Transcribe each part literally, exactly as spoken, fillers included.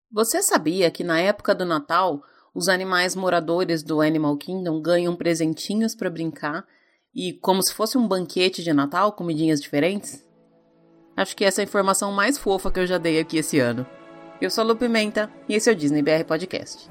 Você sabia que na época do Natal, os animais moradores do Animal Kingdom ganham presentinhos para brincar e, como se fosse um banquete de Natal, comidinhas diferentes? Acho que essa é a informação mais fofa que eu já dei aqui esse ano. Eu sou a Lu Pimenta e esse é o Disney B R Podcast.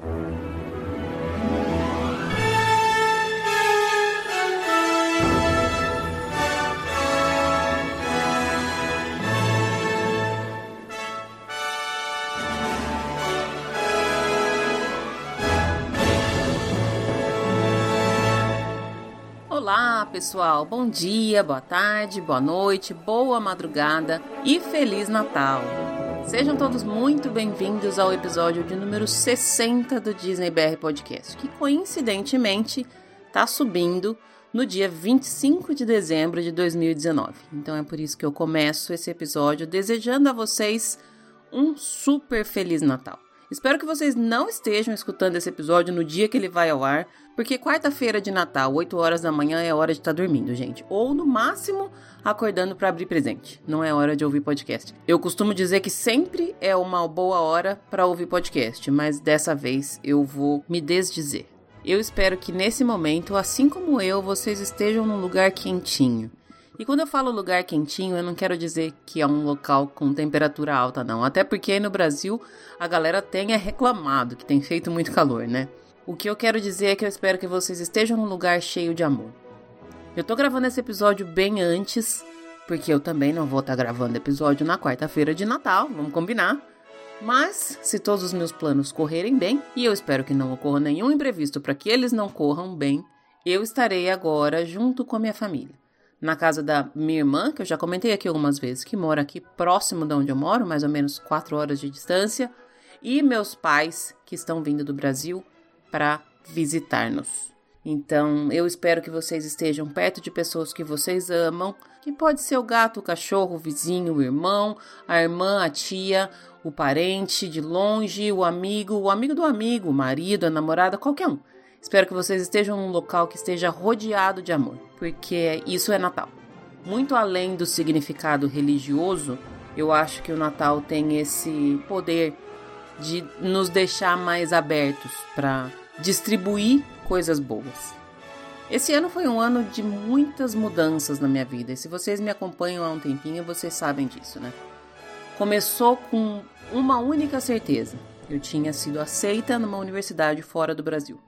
Olá, pessoal! Bom dia, boa tarde, boa noite, boa madrugada e Feliz Natal! Sejam todos muito bem-vindos ao episódio de número sessenta do Disney B R Podcast, que coincidentemente está subindo no dia vinte e cinco de dezembro de dois mil e dezenove. Então é por isso que eu começo esse episódio desejando a vocês um super Feliz Natal. Espero que vocês não estejam escutando esse episódio no dia que ele vai ao ar, porque quarta-feira de Natal, oito horas da manhã, é hora de estar dormindo, gente. Ou, no máximo, acordando para abrir presente. Não é hora de ouvir podcast. Eu costumo dizer que sempre é uma boa hora para ouvir podcast, mas dessa vez eu vou me desdizer. Eu espero que nesse momento, assim como eu, vocês estejam num lugar quentinho. E quando eu falo lugar quentinho, eu não quero dizer que é um local com temperatura alta, não. Até porque aí no Brasil a galera tem reclamado que tem feito muito calor, né? O que eu quero dizer é que eu espero que vocês estejam num lugar cheio de amor. Eu tô gravando esse episódio bem antes, porque eu também não vou estar gravando episódio na quarta-feira de Natal, vamos combinar. Mas, se todos os meus planos correrem bem, e eu espero que não ocorra nenhum imprevisto para que eles não corram bem, eu estarei agora junto com a minha família. Na casa da minha irmã, que eu já comentei aqui algumas vezes, que mora aqui próximo de onde eu moro, mais ou menos quatro horas de distância, e meus pais, que estão vindo do Brasil para visitar-nos. Então, eu espero que vocês estejam perto de pessoas que vocês amam, que pode ser o gato, o cachorro, o vizinho, o irmão, a irmã, a tia, o parente de longe, o amigo, o amigo do amigo, o marido, a namorada, qualquer um. Espero que vocês estejam num local que esteja rodeado de amor, porque isso é Natal. Muito além do significado religioso, eu acho que o Natal tem esse poder de nos deixar mais abertos para distribuir coisas boas. Esse ano foi um ano de muitas mudanças na minha vida, e se vocês me acompanham há um tempinho, vocês sabem disso, né? Começou com uma única certeza: eu tinha sido aceita numa universidade fora do Brasil.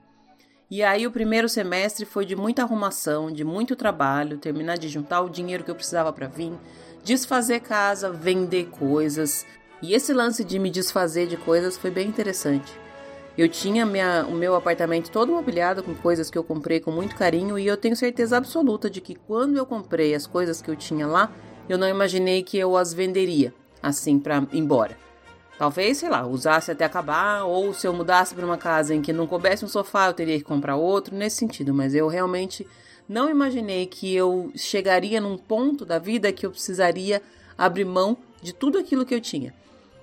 E aí o primeiro semestre foi de muita arrumação, de muito trabalho, terminar de juntar o dinheiro que eu precisava para vir, desfazer casa, vender coisas. E esse lance de me desfazer de coisas foi bem interessante. Eu tinha minha, o meu apartamento todo mobiliado com coisas que eu comprei com muito carinho, e eu tenho certeza absoluta de que quando eu comprei as coisas que eu tinha lá, eu não imaginei que eu as venderia assim para ir embora. Talvez, sei lá, usasse até acabar, ou se eu mudasse para uma casa em que não coubesse um sofá, eu teria que comprar outro, nesse sentido. Mas eu realmente não imaginei que eu chegaria num ponto da vida que eu precisaria abrir mão de tudo aquilo que eu tinha.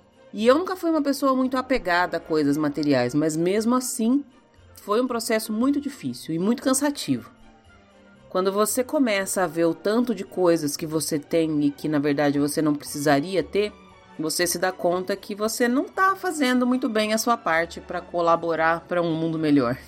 E eu nunca fui uma pessoa muito apegada a coisas materiais, mas mesmo assim foi um processo muito difícil e muito cansativo. Quando você começa a ver o tanto de coisas que você tem e que na verdade você não precisaria ter, você se dá conta que você não está fazendo muito bem a sua parte para colaborar para um mundo melhor.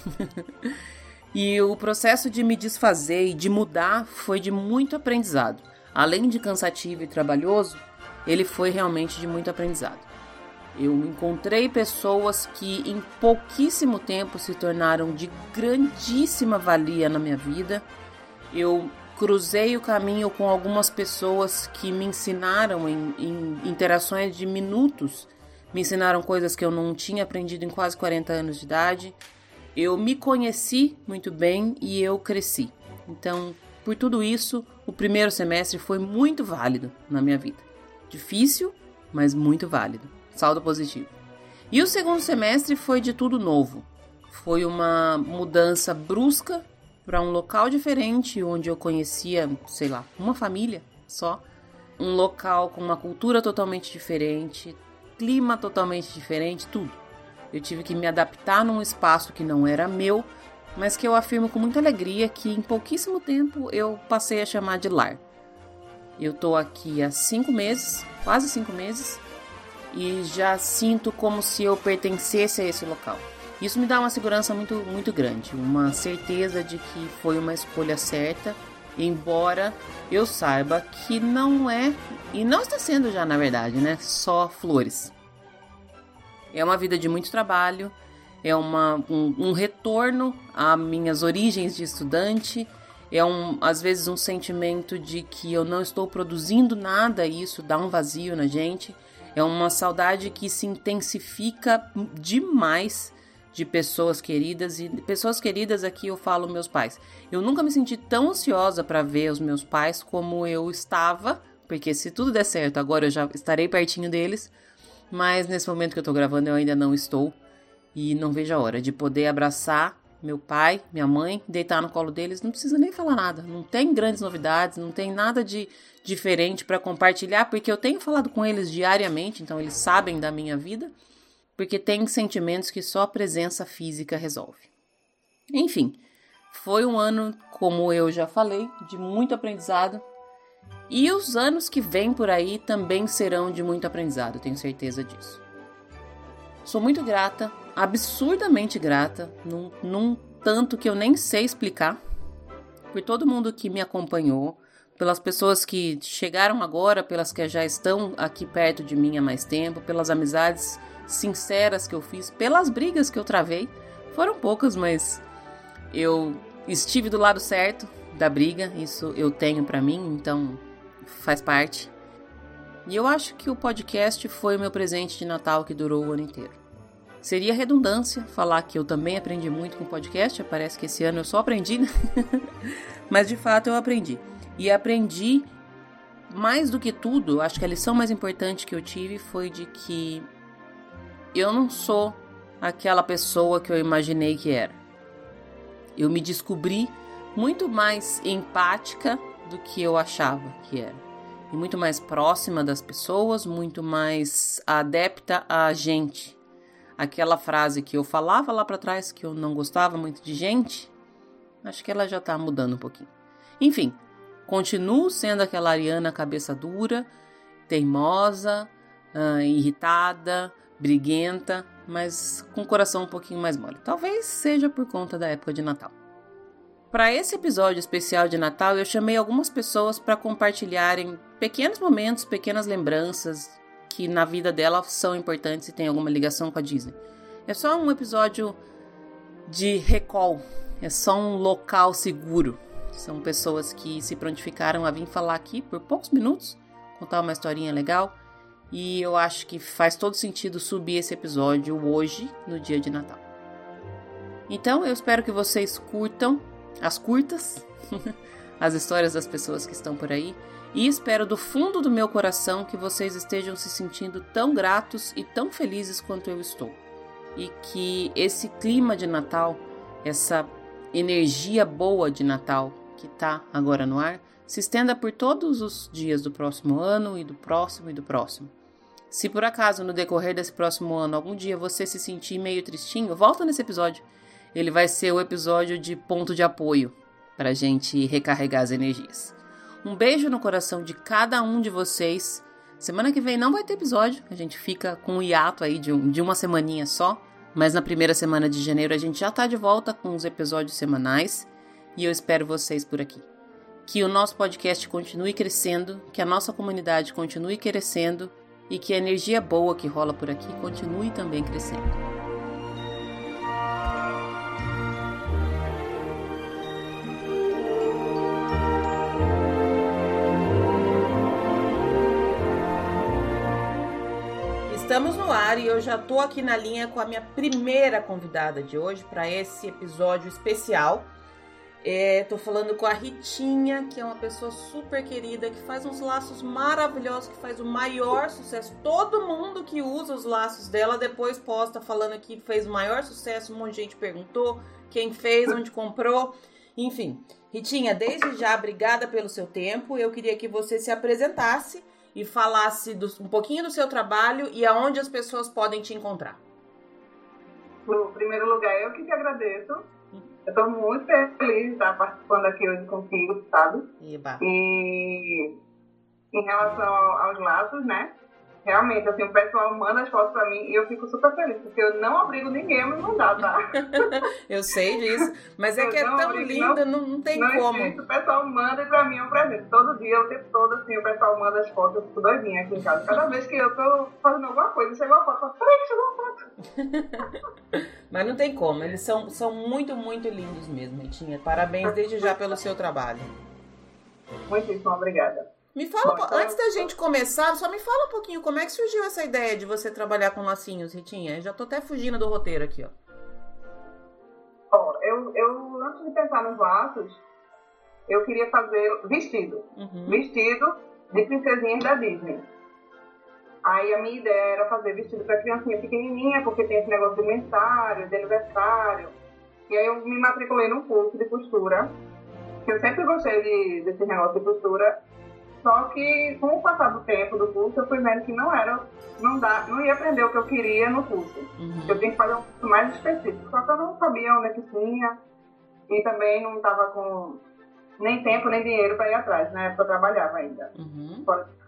E o processo de me desfazer e de mudar foi de muito aprendizado. Além de cansativo e trabalhoso, ele foi realmente de muito aprendizado. Eu encontrei pessoas que em pouquíssimo tempo se tornaram de grandíssima valia na minha vida. Eu cruzei o caminho com algumas pessoas que me ensinaram em, em interações de minutos, me ensinaram coisas que eu não tinha aprendido em quase quarenta anos de idade. Eu me conheci muito bem e eu cresci. Então, por tudo isso, o primeiro semestre foi muito válido na minha vida. Difícil, mas muito válido. Saldo positivo. E o segundo semestre foi de tudo novo. Foi uma mudança brusca para um local diferente, onde eu conhecia, sei lá, uma família só. Um local com uma cultura totalmente diferente, clima totalmente diferente, tudo. Eu tive que me adaptar num espaço que não era meu, mas que eu afirmo com muita alegria que em pouquíssimo tempo eu passei a chamar de lar. Eu tô aqui há cinco meses, quase cinco meses, e já sinto como se eu pertencesse a esse local. Isso me dá uma segurança muito, muito grande, uma certeza de que foi uma escolha certa, embora eu saiba que não é, e não está sendo já na verdade, né, só flores. É uma vida de muito trabalho, é uma, um, um retorno às minhas origens de estudante, é um, às vezes um sentimento de que eu não estou produzindo nada, e isso dá um vazio na gente. É uma saudade que se intensifica demais de pessoas queridas, e pessoas queridas aqui eu falo meus pais. Eu nunca me senti tão ansiosa para ver os meus pais como eu estava, porque se tudo der certo agora eu já estarei pertinho deles, mas nesse momento que eu tô gravando eu ainda não estou, e não vejo a hora de poder abraçar meu pai, minha mãe, deitar no colo deles. Não precisa nem falar nada, não tem grandes novidades, não tem nada de diferente para compartilhar, porque eu tenho falado com eles diariamente, então eles sabem da minha vida, porque tem sentimentos que só a presença física resolve. Enfim, foi um ano, como eu já falei, de muito aprendizado, e os anos que vêm por aí também serão de muito aprendizado, tenho certeza disso. Sou muito grata, absurdamente grata, num, num tanto que eu nem sei explicar, por todo mundo que me acompanhou, pelas pessoas que chegaram agora, pelas que já estão aqui perto de mim há mais tempo, pelas amizades sinceras que eu fiz, pelas brigas que eu travei. Foram poucas, mas eu estive do lado certo da briga, isso eu tenho pra mim, então faz parte. E eu acho que o podcast foi o meu presente de Natal que durou o ano inteiro. Seria redundância falar que eu também aprendi muito com o podcast, parece que esse ano eu só aprendi, né? Mas de fato eu aprendi. E aprendi, mais do que tudo, acho que a lição mais importante que eu tive foi de que eu não sou aquela pessoa que eu imaginei que era. Eu me descobri muito mais empática do que eu achava que era. E muito mais próxima das pessoas, muito mais adepta a gente. Aquela frase que eu falava lá pra trás, que eu não gostava muito de gente, acho que ela já tá mudando um pouquinho. Enfim, continuo sendo aquela Ariana cabeça dura, teimosa, uh, irritada, briguenta, mas com o coração um pouquinho mais mole. Talvez seja por conta da época de Natal. Para esse episódio especial de Natal, eu chamei algumas pessoas para compartilharem pequenos momentos, pequenas lembranças, que na vida dela são importantes e tem alguma ligação com a Disney. É só um episódio de recall, é só um local seguro. São pessoas que se prontificaram a vir falar aqui por poucos minutos, contar uma historinha legal, e eu acho que faz todo sentido subir esse episódio hoje, no dia de Natal. Então eu espero que vocês curtam as curtas, as histórias das pessoas que estão por aí, e espero do fundo do meu coração que vocês estejam se sentindo tão gratos e tão felizes quanto eu estou. E que esse clima de Natal, essa energia boa de Natal que está agora no ar, se estenda por todos os dias do próximo ano e do próximo e do próximo. Se por acaso no decorrer desse próximo ano algum dia você se sentir meio tristinho, volta nesse episódio. Ele vai ser o episódio de ponto de apoio para a gente recarregar as energias. Um beijo no coração de cada um de vocês. Semana que vem não vai ter episódio, a gente fica com um hiato aí de, um, de uma semaninha só, mas na primeira semana de janeiro a gente já tá de volta com os episódios semanais e eu espero vocês por aqui. Que o nosso podcast continue crescendo, que a nossa comunidade continue crescendo e que a energia boa que rola por aqui continue também crescendo. Estamos no ar e eu já tô aqui na linha com a minha primeira convidada de hoje para esse episódio especial. É, tô falando com a Ritinha, que é uma pessoa super querida, que faz uns laços maravilhosos, que faz o maior sucesso. Todo mundo que usa os laços dela depois posta falando que fez o maior sucesso. Um monte de gente perguntou quem fez, onde comprou. Enfim, Ritinha, desde já, obrigada pelo seu tempo. Eu queria que você se apresentasse e falasse do, um pouquinho do seu trabalho e aonde as pessoas podem te encontrar. No primeiro lugar, eu que te agradeço. Eu estou muito feliz de estar participando aqui hoje contigo, sabe? Eba. E em relação aos laços, né? realmente, assim, o pessoal manda as fotos pra mim e eu fico super feliz, porque eu não obrigo ninguém a me mandar, tá? Eu sei disso, mas é eu que é tão obrigo, linda, não, não tem não como. Existe, o pessoal manda e pra mim é um presente. Todo dia, o tempo todo, assim, o pessoal manda as fotos, eu fico doidinha aqui em casa. Cada vez que eu tô fazendo alguma coisa, chegou a foto, eu falo, peraí, chegou a foto. Mas não tem como, eles são, são muito, muito lindos mesmo, Ritinha. Parabéns desde já pelo seu trabalho. Muitíssimo obrigada. Me fala, Bom, então, antes da gente começar, só me fala um pouquinho como é que surgiu essa ideia de você trabalhar com lacinhos, Ritinha. Eu já tô até fugindo do roteiro aqui, ó. Ó, eu, eu antes de pensar nos laços, eu queria fazer vestido. Uhum. Vestido de princesinhas da Disney. Aí a minha ideia era fazer vestido para criancinha pequenininha, porque tem esse negócio de mensário, de aniversário. E aí eu me matriculei num curso de costura, que eu sempre gostei de, desse negócio de costura. Só que com o passar do tempo do curso, eu fui vendo que não era, não, dá, não ia aprender o que eu queria no curso. Uhum. Eu tinha que fazer um curso mais específico. Só que eu não sabia onde é que tinha e também não estava com nem tempo nem dinheiro para ir atrás. Na época eu trabalhava ainda. Uhum.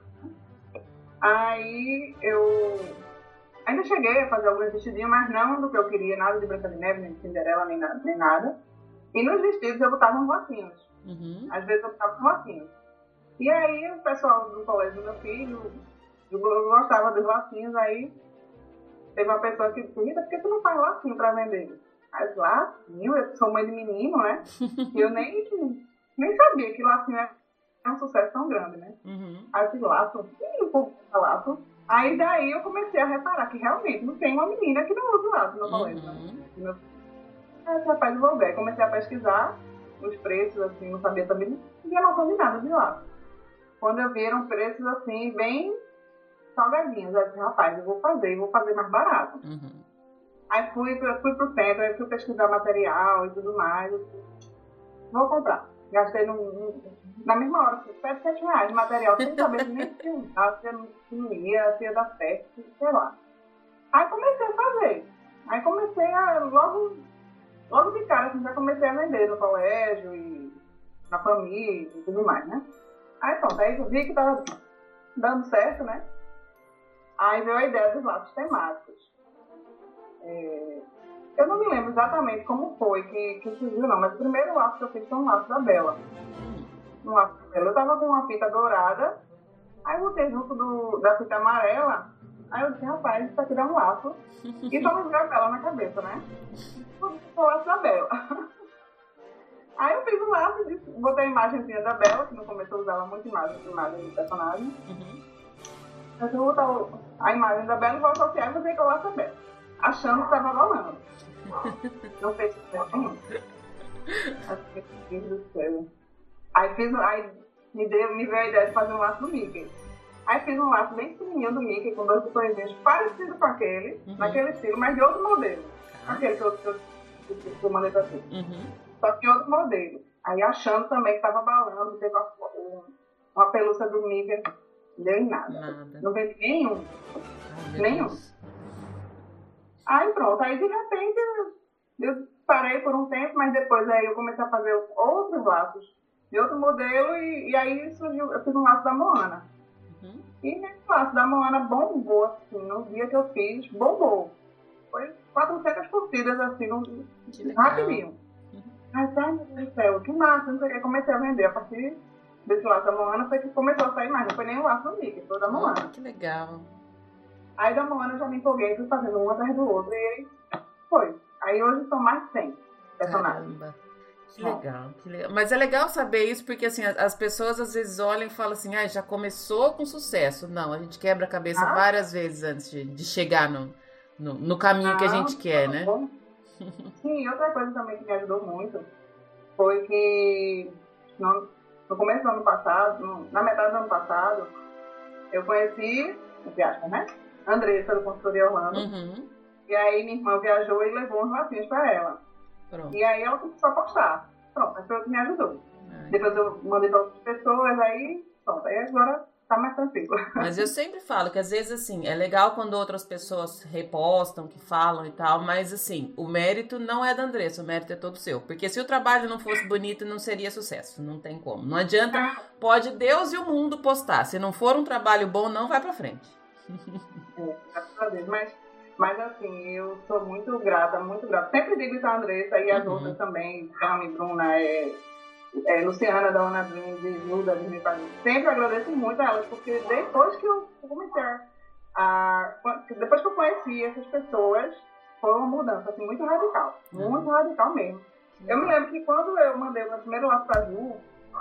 Aí eu ainda cheguei a fazer alguns vestidinhos, mas não do que eu queria, nada de Branca de Neve, nem de Cinderela, nem nada. Nem nada. E nos vestidos eu botava uns lacinhos. Uhum. Às vezes eu botava uns lacinhos. E aí o pessoal do colégio do meu filho, eu gostava dos lacinhos, aí teve uma pessoa que disse, Rita, por que tu não faz lacinho pra vender? Aí eu lacinho, eu sou mãe de menino, né? E eu nem, nem sabia que lacinho é um sucesso tão grande, né? Uhum. Aí eu disse, laço, o povo usa laço. Aí daí eu comecei a reparar que realmente não tem uma menina que não usa laço no colégio. Uhum. Né? Aí eu disse, rapaz, eu vou ver. Comecei a pesquisar os preços, assim, não sabia também, não tinha noção de nada de laço. Quando eu vi, eram preços, assim, bem salgadinhos. Eu disse, rapaz, eu vou fazer, eu vou fazer mais barato. Uhum. Aí fui, fui pro centro, aí fui pesquisar material e tudo mais. Vou comprar. Gastei no, no, na mesma hora, sete, sete reais de material, sem saber nem se ia, se não ia, se ia dar certo, sei lá. Aí comecei a fazer. Aí comecei a, logo, logo de cara, assim, já comecei a vender no colégio e na família e tudo mais, né? Aí pronto, aí eu vi que tava dando certo, né? Aí veio a ideia dos laços temáticos. É, eu não me lembro exatamente como foi que, que surgiu, não, mas o primeiro laço que eu fiz foi um laço da Bela. Um laço da Bela. Eu tava com uma fita dourada, aí eu botei junto do, da fita amarela, aí eu disse, rapaz, isso aqui dá um laço. E só me veio a Bela na cabeça, né? Foi o laço da Bela. Aí eu fiz um laço, de, botei a imagenzinha da Bela, que no começo eu usava muito imagem, imagem de personagem. Uhum. Eu vou botar o, a imagem da Bela e vou associar e vou dizer que eu laço a Bela. Achando que estava rolando. Não fez sucesso nenhum. Meu Deus do céu. Aí, fiz, aí me, deu, me veio a ideia de fazer um laço do Mickey. Aí fiz um laço bem pequenininho do Mickey, com dois botõezinhos parecidos com aquele, uhum. naquele estilo, mas de outro modelo. Aquele que eu, que eu, que eu mandei pra ti. Uhum. Só que outro modelo. Aí achando também que estava balando, teve uma, uma pelúcia do Mickey, não deu em nada. nada. Não veio nenhum. Ai, nenhum. Deus. Aí pronto, aí de repente eu parei por um tempo, mas depois aí eu comecei a fazer outros laços de outro modelo e, e aí surgiu, eu fiz um laço da Moana. Uhum. E nesse laço da Moana bombou, assim, no dia que eu fiz, bombou. Foi quatrocentas curtidas, assim, no, rapidinho. Ai, ai, meu Deus do céu, que massa, não sei o que. Comecei a vender a partir desse laço da Moana, foi que começou a sair mais. Não foi nem o laço do Mickey, foi o da Moana. Oh, que legal. Aí da Moana eu já me empolguei, fui fazendo um atrás do outro, e aí foi. Aí hoje são mais de cem personagens. Caramba. Que legal, que legal. Mas é legal saber isso, porque assim, as pessoas às vezes olham e falam assim, ah, já começou com sucesso. Não, a gente quebra a cabeça ah. várias vezes antes de, de chegar no, no, no caminho ah, que a gente quer, tá né? Bom. Sim, outra coisa também que me ajudou muito foi que no, no começo do ano passado, no, na metade do ano passado, eu conheci, entre aspas, né? Andressa, do Consultoria Orlando. Uhum. E aí minha irmã viajou e levou uns lacinhos pra ela. Pronto. E aí ela começou a postar. Pronto, essa foi o que me ajudou. Ai. Depois eu mandei para outras pessoas, aí pronto, aí agora tá mais tranquilo. Mas eu sempre falo que às vezes assim, é legal quando outras pessoas repostam, que falam e tal, mas assim, o mérito não é da Andressa, o mérito é todo seu. Porque se o trabalho não fosse bonito, não seria sucesso, não tem como. Não adianta, pode Deus e o mundo postar. Se não for um trabalho bom, não vai pra frente. É, graças a Deus. Mas, mas assim, eu sou muito grata, muito grata. Sempre digo isso a Andressa e as uhum. outras também, Cami, Bruna, é, é, Luciana da Ana Dreams, Luda, de me fazer. Sempre agradeço muito a elas, porque depois que eu comecei a. Depois que eu conheci essas pessoas, foi uma mudança assim, muito radical. Muito uhum. radical mesmo. Eu me lembro que quando eu mandei o meu primeiro laço pra Ju,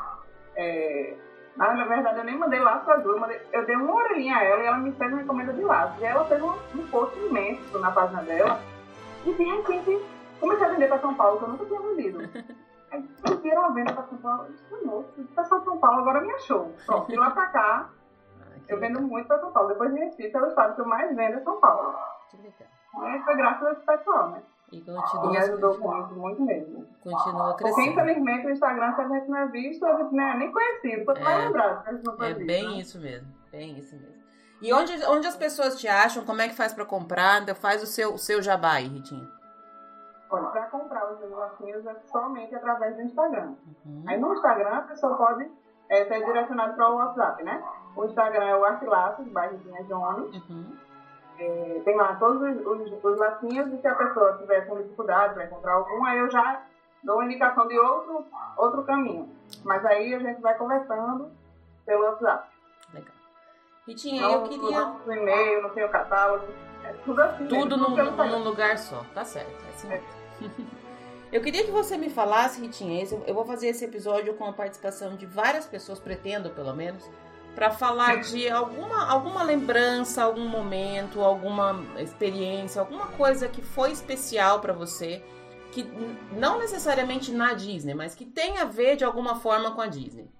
é, na verdade eu nem mandei laço pra Ju, eu, mandei, eu dei uma orelhinha a ela e ela me fez uma encomenda de laço. E ela fez um, um post imenso na página dela e de repente comecei a vender pra São Paulo, que eu nunca tinha vendido. Aí eu vi uma venda pra São Paulo, eu disse, nossa, o pessoal de São Paulo agora me achou. Pronto, de lá pra cá, eu vendo muito pra São Paulo. Depois de Recife, é o estado que eu mais vendo é São Paulo. Que legal. E foi graças a esse pessoal, né? E continua. Me ajudou muito, muito mesmo. Continua crescendo. Porque, infelizmente, o Instagram, se a gente não é visto, a gente não é nem conhecido. Você é, vai lembrar, a gente não foi É visto, bem né? isso mesmo. Bem isso mesmo. E onde, onde as pessoas te acham? Como é que faz pra comprar? Então faz o seu, o seu jabá aí, Ritinha. Olha, pra comprar os meus lacinhos é somente através do Instagram. Uhum. Aí no Instagram, a pessoa pode é, ser direcionada para o WhatsApp, né? O Instagram é o Artilaços, Barriguinha Jones. Uhum. É, tem lá todos os, os, os lacinhos, e se a pessoa tiver com dificuldade para encontrar algum, aí eu já dou uma indicação de outro, outro caminho. Mas aí a gente vai conversando pelo WhatsApp. Legal. Ritinha, não, eu queria... No e-mail, não tem o catálogo, é tudo assim. Tudo mesmo, num, tudo num lugar só, tá certo. É assim mesmo. É. Eu queria que você me falasse, Ritinha, eu vou fazer esse episódio com a participação de várias pessoas, pretendo pelo menos, para falar de alguma, alguma lembrança, algum momento, alguma experiência, alguma coisa que foi especial para você, que não necessariamente na Disney, mas que tem a ver de alguma forma com a Disney.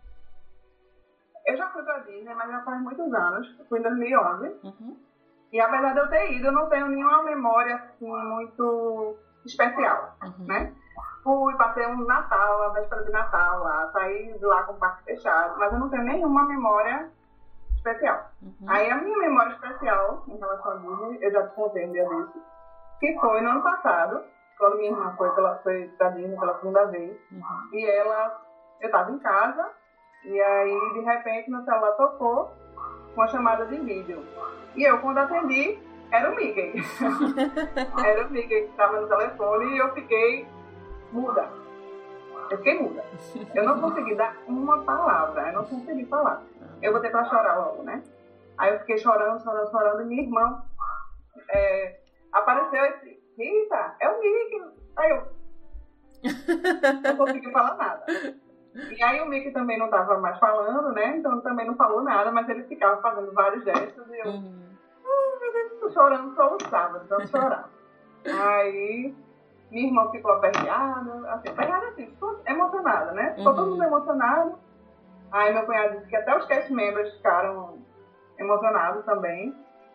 Eu já fui pra Disney, mas já faz muitos anos. Eu fui em dois mil e onze. Uhum. E apesar de eu ter ido, eu não tenho nenhuma memória assim muito especial, uhum. né? Fui, passei um Natal, a véspera de Natal lá, saí de lá com o parque fechado, mas eu não tenho nenhuma memória especial. Uhum. Aí a minha memória especial em relação a Disney, eu já te contei um dia desse, que foi no ano passado, quando minha irmã foi, pela, foi pra Disney pela segunda vez, uhum. e ela, eu tava em casa, e aí de repente meu celular tocou com uma chamada de vídeo. E eu, quando atendi, era o Mickey. Era o Mickey que estava no telefone e eu fiquei muda. Eu fiquei muda. Eu não consegui dar uma palavra. Eu não consegui falar. Eu botei pra chorar logo, né? Aí eu fiquei chorando, chorando, chorando. E minha irmã é, apareceu e disse, Rita, é o Mickey. Aí eu não consegui falar nada. E aí o Mickey também não estava mais falando, né? Então também não falou nada, mas ele ficava fazendo vários gestos e eu... Uhum. Tô chorando, soluçava, tanto chorar. Aí, minha irmã ficou aperreada, assim, aperreada assim, ficou emocionada, né? Ficou uhum. todo mundo emocionado. Aí meu cunhado disse que até os cast members ficaram emocionados também.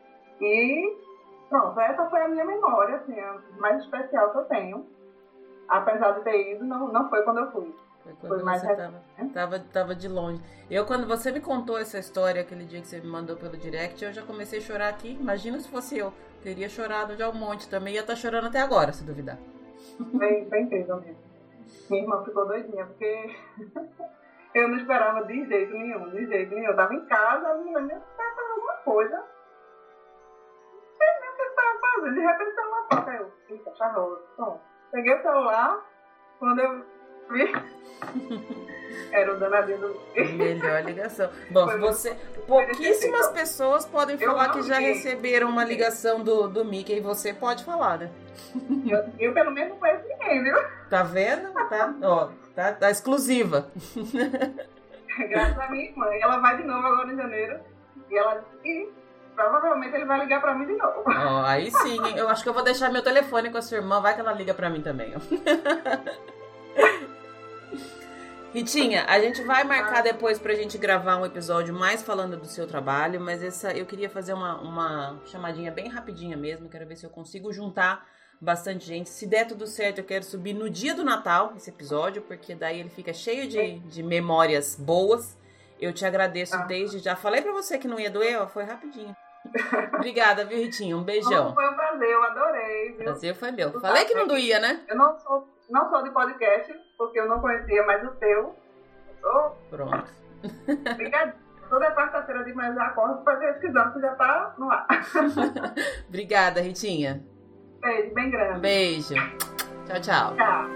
E pronto, essa foi a minha memória, assim, a mais especial que eu tenho. Apesar de ter ido, não, não foi quando eu fui. Foi quando foi mais você tava, tava, tava de longe. Eu, quando você me contou essa história, aquele dia que você me mandou pelo direct, eu já comecei a chorar aqui. Imagina se fosse eu. Teria chorado de um monte também. Ia estar chorando até agora, se duvidar. Bem, bem incrível mesmo. Minha irmã ficou doidinha, porque eu não esperava de jeito nenhum, de jeito nenhum. Eu tava em casa, a minha menina estava fazendo alguma coisa. Não sei nem o que eu estava fazendo. De repente, o celular toca. Eu, eita, charroso. Bom, peguei o celular, quando eu vi... Era o danadinho do melhor ligação. Bom, foi você, pouquíssimas pessoas podem falar que já receberam uma ligação do, do Mickey e você pode falar, né? Eu, eu pelo menos não conheço ninguém, viu? Tá vendo? Tá, ó, tá, tá exclusiva. Graças a minha irmã. Ela vai de novo agora em janeiro. E ela e provavelmente ele vai ligar pra mim de novo. Ó, aí sim, hein? Eu acho que eu vou deixar meu telefone com a sua irmã. Vai que ela liga pra mim também, ó. Ritinha, a gente vai marcar depois pra gente gravar um episódio mais falando do seu trabalho, mas essa eu queria fazer uma, uma chamadinha bem rapidinha mesmo, quero ver se eu consigo juntar bastante gente. Se der tudo certo, eu quero subir no dia do Natal esse episódio, porque daí ele fica cheio de, de memórias boas. Eu te agradeço desde já. Falei pra você que não ia doer, ó, foi rapidinho. Obrigada, viu, Ritinha? Um beijão. Não, foi um prazer, eu adorei, viu? Prazer foi meu. Falei que não doía, né? Eu não sou... Não sou de podcast, porque eu não conhecia mais o teu. Eu sou... Pronto. Obrigada. Toda quarta-feira de manhã eu já acordo para pesquisando, que já está no ar. Obrigada, Ritinha. Beijo, bem grande. Beijo. Tchau, tchau. Tchau.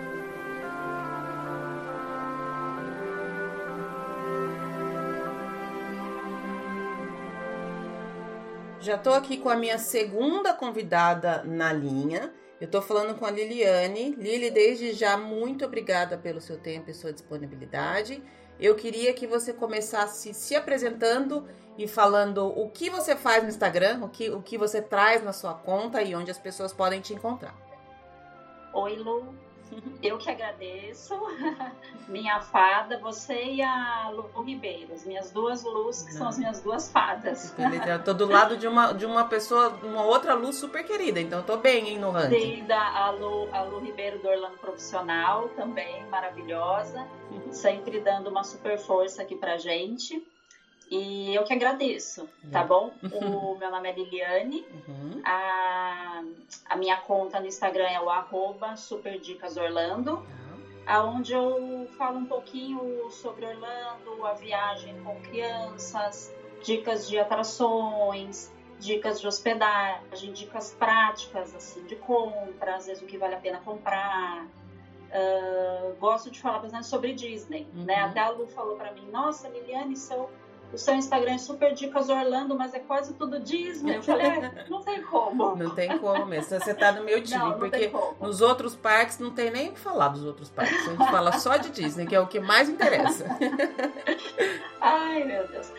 Já estou aqui com a minha segunda convidada na linha. Eu estou falando com a Liliane. Lili, desde já, muito obrigada pelo seu tempo e sua disponibilidade. Eu queria que você começasse se apresentando e falando o que você faz no Instagram, o que, o que você traz na sua conta e onde as pessoas podem te encontrar. Oi, Lu. Eu que agradeço. Minha fada, você e a Lu Ribeiro, as minhas duas Lus, que Não. são as minhas duas fadas. Eu estou do lado de uma, de uma pessoa, uma outra Lu super querida, então estou bem, hein, no ranking. Sim, da, a, Lu, a Lu Ribeiro do Orlando Profissional, também maravilhosa, uhum. sempre dando uma super força aqui pra gente. E eu que agradeço, tá bom? O meu nome é Liliane, uhum. a, a minha conta no Instagram é o arroba superdicasorlando, uhum. aonde eu falo um pouquinho sobre Orlando, a viagem com crianças, dicas de atrações, dicas de hospedagem, dicas práticas, assim, de compra, às vezes o que vale a pena comprar. Uh, gosto de falar bastante sobre Disney, uhum. né? Até a Lu falou pra mim, nossa, Liliane, seu... o seu Instagram é Super Dicas Orlando, mas é quase tudo Disney. Eu falei, é, não tem como. Não tem como mesmo. Você tá no meu time, não, não porque nos outros parques não tem nem o que falar dos outros parques. A gente fala só de Disney, que é o que mais interessa. Ai, meu Deus.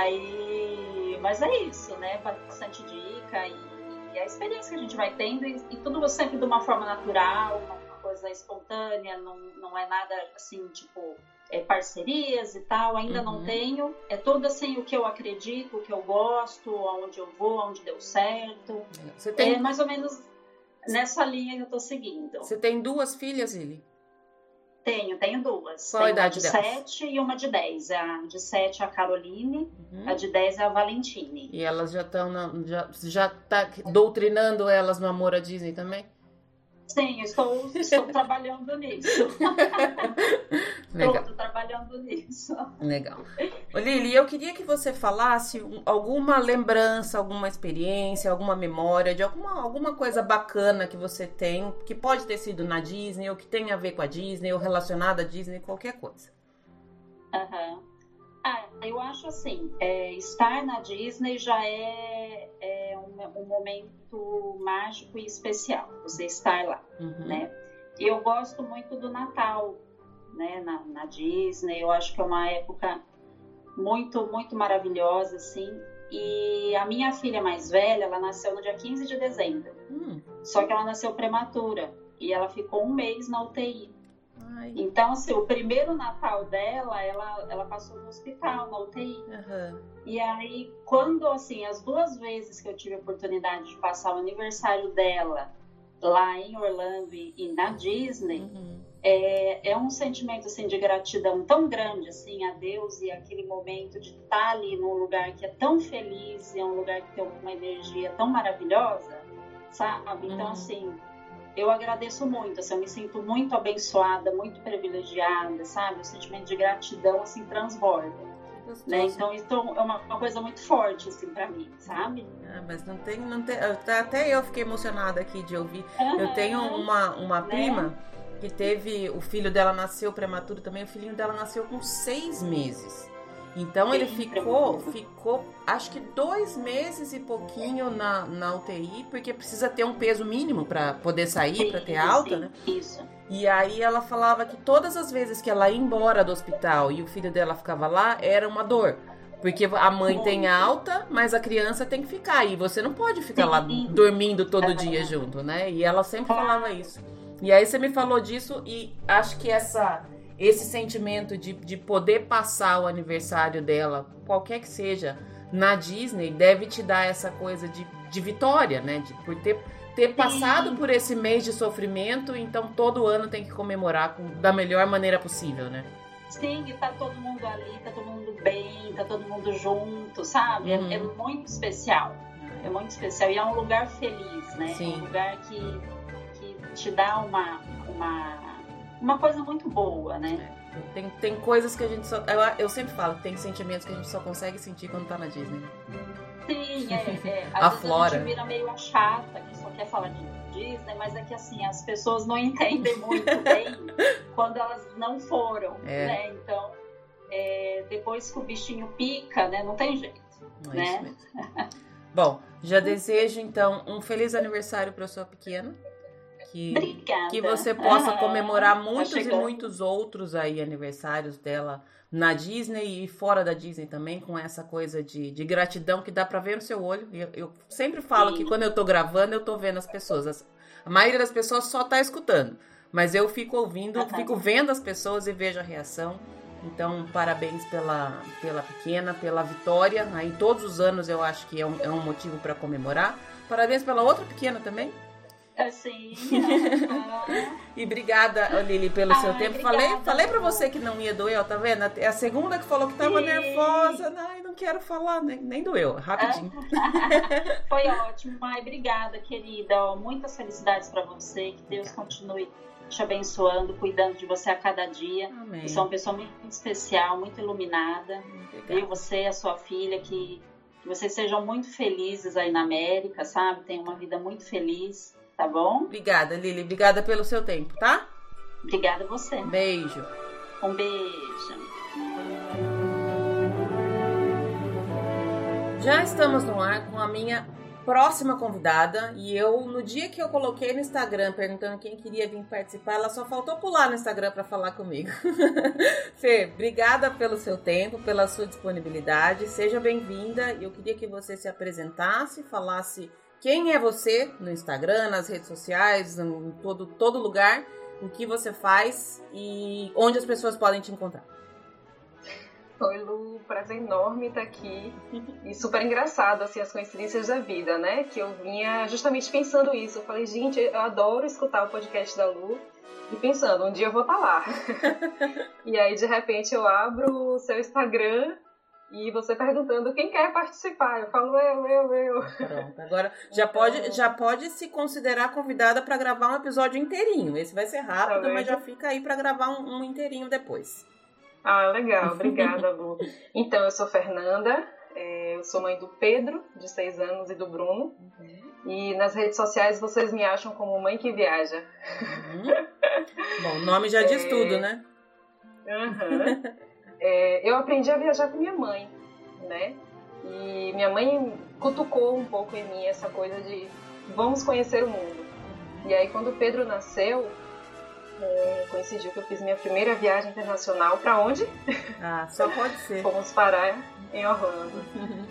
Aí, mas é isso, né? Bastante dica e, e a experiência que a gente vai tendo e, e tudo sempre de uma forma natural, uma coisa espontânea, não, não é nada assim, tipo... É, parcerias e tal, ainda uhum. não tenho. É tudo assim o que eu acredito, o que eu gosto, aonde eu vou, aonde deu certo. Você tem... É mais ou menos nessa linha que eu tô seguindo. Você tem duas filhas, Lili? Tenho, tenho duas. Qual tenho a idade uma de delas? sete e uma de dez. A de sete é a Caroline, uhum. a de dez é a Valentine. E elas já estão, já, já tá doutrinando elas no amor à Disney também? Sim, estou, estou trabalhando nisso. Legal. Estou trabalhando nisso. Legal. Ô, Lili, eu queria que você falasse alguma lembrança, alguma experiência, alguma memória de alguma, alguma coisa bacana que você tem, que pode ter sido na Disney, ou que tem a ver com a Disney, ou relacionada à Disney, qualquer coisa. Aham. Uhum. Ah, eu acho assim, é, estar na Disney já é, é um, um momento mágico e especial, você estar lá, uhum. né? E eu gosto muito do Natal, né, na, na Disney, eu acho que é uma época muito, muito maravilhosa, assim, e a minha filha mais velha, ela nasceu no dia quinze de dezembro, uhum. só que ela nasceu prematura, e ela ficou um mês na U T I. Ai. Então, assim, o primeiro Natal dela, ela, ela passou no hospital, na U T I. Uhum. E aí, quando, assim, as duas vezes que eu tive a oportunidade de passar o aniversário dela lá em Orlando e, e na Disney, uhum. é, é um sentimento, assim, de gratidão tão grande, assim, a Deus e aquele momento de estar ali num lugar que é tão feliz e é um lugar que tem uma energia tão maravilhosa, sabe? Então, uhum. assim... eu agradeço muito, assim, eu me sinto muito abençoada, muito privilegiada, sabe? O sentimento de gratidão, assim, transborda. Né? Então, isso é uma, uma coisa muito forte, assim, pra mim, sabe? Ah, mas não tem, não tem... Até eu fiquei emocionada aqui de ouvir. Uhum. Eu tenho uma, uma prima, né? Que teve... O filho dela nasceu prematuro também. O filhinho dela nasceu com seis meses. Então, ele ficou, ficou, acho que dois meses e pouquinho na, na U T I, porque precisa ter um peso mínimo para poder sair, para ter alta, né? Isso. E aí ela falava que todas as vezes que ela ia embora do hospital e o filho dela ficava lá, era uma dor. Porque a mãe Muito. tem alta, mas a criança tem que ficar. E você não pode ficar Sim. lá dormindo todo dia junto, né? E ela sempre falava isso. E aí você me falou disso e acho que essa... esse sentimento de, de poder passar o aniversário dela, qualquer que seja, na Disney, deve te dar essa coisa de, de vitória, né? De, por ter, ter passado por esse mês de sofrimento, então todo ano tem que comemorar com, da melhor maneira possível, né? Sim, e tá todo mundo ali, tá todo mundo bem, tá todo mundo junto, sabe? Uhum. É, é muito especial. É muito especial. E é um lugar feliz, né? Sim. É um lugar que, que te dá uma... uma uma coisa muito boa, né? Tem, tem coisas que a gente só... Eu, eu sempre falo que tem sentimentos que a gente só consegue sentir quando tá na Disney. Sim, é. é. Às a vezes Flora. A gente vira meio a chata, que só quer falar de Disney, mas é que assim, as pessoas não entendem muito bem quando elas não foram, é. né? Então, é, depois que o bichinho pica, né? Não tem jeito, não né? É isso mesmo. Bom, já desejo, então, um feliz aniversário para sua pequena. Que, Obrigada. Que você possa comemorar muitos tá e muitos outros aí aniversários dela na Disney e fora da Disney também, com essa coisa de, de gratidão que dá pra ver no seu olho. Eu, eu sempre falo Sim. que quando eu tô gravando, eu tô vendo as pessoas. As, a maioria das pessoas só tá escutando, mas eu fico ouvindo, uhum. fico vendo as pessoas e vejo a reação. Então, parabéns pela, pela pequena, pela vitória. Aí, todos os anos eu acho que é um, é um motivo para comemorar. Parabéns pela outra pequena também. Sim. E obrigada, Lili, pelo Ai, seu tempo. Obrigada, falei, falei pra você que não ia doer, ó, tá vendo? É a segunda que falou que tava Sim. nervosa. Ai, não quero falar, nem, nem doeu, rapidinho. Foi ótimo. Ai, obrigada, querida. Ó, muitas felicidades pra você. Que Deus continue te abençoando, cuidando de você a cada dia. Amém. Você é uma pessoa muito especial, muito iluminada. Obrigada. E você, a sua filha, que, que vocês sejam muito felizes aí na América, sabe? Tenham uma vida muito feliz. Tá bom? Obrigada, Lili. Obrigada pelo seu tempo, tá? Obrigada a você. Beijo. Um beijo. Já estamos no ar com a minha próxima convidada. E eu, no dia que eu coloquei no Instagram perguntando quem queria vir participar, ela só faltou pular no Instagram para falar comigo. Fê, obrigada pelo seu tempo, pela sua disponibilidade. Seja bem-vinda. Eu queria que você se apresentasse, falasse quem é você no Instagram, nas redes sociais, em todo, todo lugar, o que você faz e onde as pessoas podem te encontrar. Oi, Lu, prazer enorme estar aqui. E super engraçado, assim, as coincidências da vida, né? Que eu vinha justamente pensando isso. Eu falei, gente, eu adoro escutar o podcast da Lu. E pensando, um dia eu vou estar lá. E aí, de repente, eu abro o seu Instagram e você perguntando quem quer participar. Eu falo, eu, eu, eu. Pronto, agora já, então... pode, já pode se considerar convidada para gravar um episódio inteirinho. Esse vai ser rápido, tá mas já fica aí para gravar um, um inteirinho depois. Ah, legal. Obrigada, Lu. Então, eu sou Fernanda, é, eu sou mãe do Pedro, de seis anos, e do Bruno. Uhum. E nas redes sociais vocês me acham como Mãe que Viaja. Uhum. Bom, o nome já diz é... tudo, né? Uhum. É, eu aprendi a viajar com minha mãe, né? E minha mãe cutucou um pouco em mim essa coisa de vamos conhecer o mundo. E aí, quando o Pedro nasceu, é, coincidiu que eu fiz minha primeira viagem internacional. Para onde? Ah, só pode ser. Fomos parar em Orlando.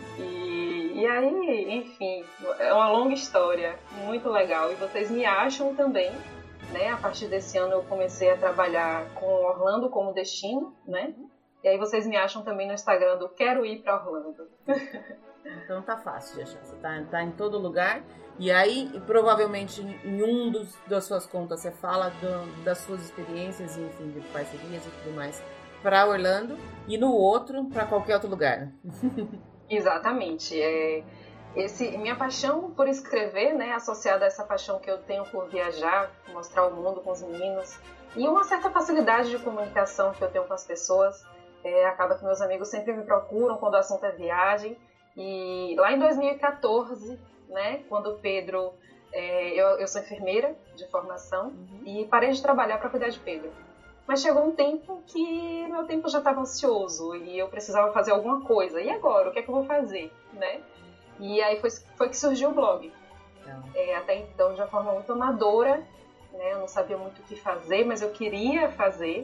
E, e aí, enfim, é uma longa história, muito legal. E vocês me acham também, né? A partir desse ano eu comecei a trabalhar com Orlando como destino, né? E aí vocês me acham também no Instagram do Quero Ir para Orlando. Então tá fácil de achar. Você tá, tá em todo lugar. E aí, provavelmente, em um dos, das suas contas, você fala do, das suas experiências, enfim, de parcerias e tudo mais, para Orlando. E no outro, para qualquer outro lugar. Exatamente. É, esse, minha paixão por escrever, né, associada a essa paixão que eu tenho por viajar, mostrar o mundo com os meninos, e uma certa facilidade de comunicação que eu tenho com as pessoas. É, acaba que meus amigos sempre me procuram quando o assunto é viagem. E lá em dois mil e quatorze, né, quando o Pedro... É, eu, eu sou enfermeira de formação, uhum. e parei de trabalhar para cuidar de Pedro. Mas chegou um tempo que meu tempo já estava ansioso e eu precisava fazer alguma coisa. E agora? O que é que eu vou fazer? Né? E aí foi, foi que surgiu o blog. Uhum. É, até então, de uma forma muito amadora, né, eu não sabia muito o que fazer, mas eu queria fazer.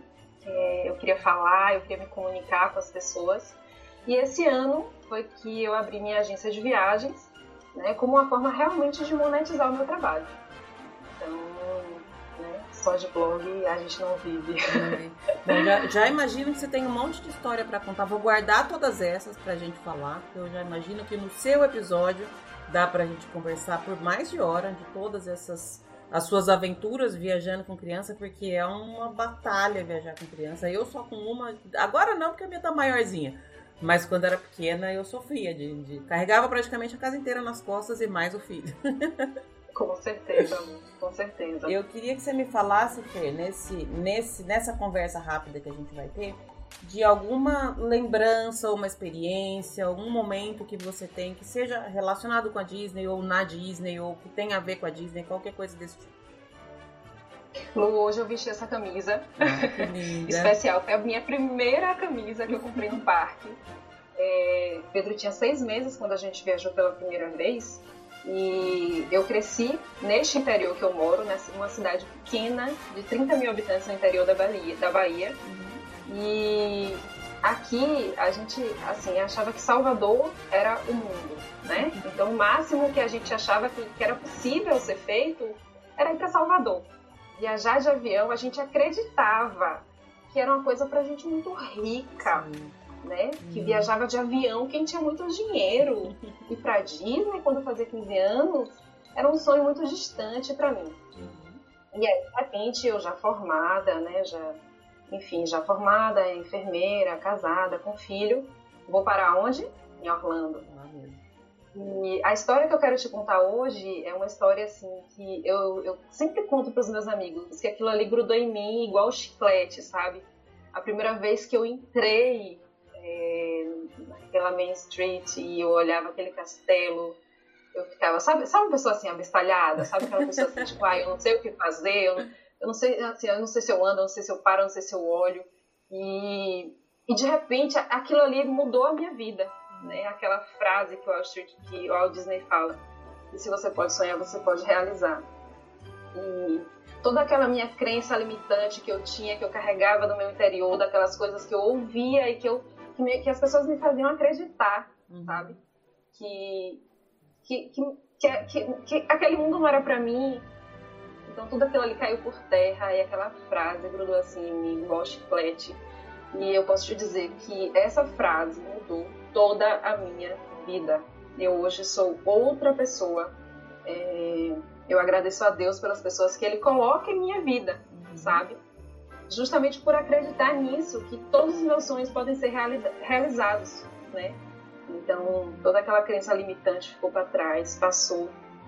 É, eu queria falar, eu queria me comunicar com as pessoas. E esse ano foi que eu abri minha agência de viagens, né, como uma forma realmente de monetizar o meu trabalho. Então, né, só de blog a gente não vive. É. Bom, já, já imagino que você tem um monte de história para contar. Vou guardar todas essas pra gente falar, porque eu já imagino que no seu episódio dá pra gente conversar por mais de hora de todas essas... as suas aventuras viajando com criança, porque é uma batalha viajar com criança. Eu só com uma... Agora não, porque a minha tá maiorzinha. Mas quando era pequena, eu sofria. De, de... Carregava praticamente a casa inteira nas costas e mais o filho. Com certeza, com certeza. Eu queria que você me falasse, Fer, nesse, nesse, nessa conversa rápida que a gente vai ter, de alguma lembrança ou uma experiência, algum momento que você tem que seja relacionado com a Disney ou na Disney ou que tenha a ver com a Disney, qualquer coisa desse tipo. Lu, hoje eu vesti essa camisa ah, que linda. especial. Foi a minha primeira camisa que eu comprei no parque. É, Pedro tinha seis meses quando a gente viajou pela primeira vez. E eu cresci neste interior que eu moro, numa cidade pequena de trinta mil habitantes no interior da Bahia. Da Bahia. Uhum. E aqui a gente assim, achava que Salvador era o mundo, né? Então o máximo que a gente achava que, que era possível ser feito era ir para Salvador. Viajar de avião, a gente acreditava que era uma coisa pra gente muito rica, Sim. né? Hum. Que viajava de avião quem tinha muito dinheiro. E pra Disney, quando eu fazia quinze anos, era um sonho muito distante pra mim. Uhum. E aí, de repente, eu já formada, né? Já, enfim, já formada, enfermeira, casada, com filho. Vou para onde? Em Orlando. Ah, mesmo. E a história que eu quero te contar hoje é uma história assim que eu, eu sempre conto para os meus amigos, que aquilo ali grudou em mim igual chiclete, sabe? A primeira vez que eu entrei é, naquela Main Street e eu olhava aquele castelo, eu ficava, sabe, sabe uma pessoa assim abestalhada, sabe aquela pessoa assim, tipo, ah, eu não sei o que fazer, eu não, eu não sei, assim, eu não sei se eu ando, eu não sei se eu paro, eu não sei se eu olho. E, e de repente aquilo ali mudou a minha vida. Né? Aquela frase que o, Walt Street, que o Walt Disney fala, e se você pode sonhar, você pode realizar. E toda aquela minha crença limitante que eu tinha, que eu carregava no meu interior, daquelas coisas que eu ouvia e que, eu, que, me, que as pessoas me faziam acreditar, uhum. sabe? Que, que, que, que, que, que aquele mundo não era pra mim. Então tudo aquilo ali caiu por terra e aquela frase grudou assim em mim, igual chiclete. E eu posso te dizer que essa frase mudou toda a minha vida. Eu hoje sou outra pessoa. É, eu agradeço a Deus pelas pessoas que Ele coloca em minha vida, uhum. sabe? Justamente por acreditar nisso, que todos os meus sonhos podem ser realizados, né? Então, toda aquela crença limitante ficou para trás, passou.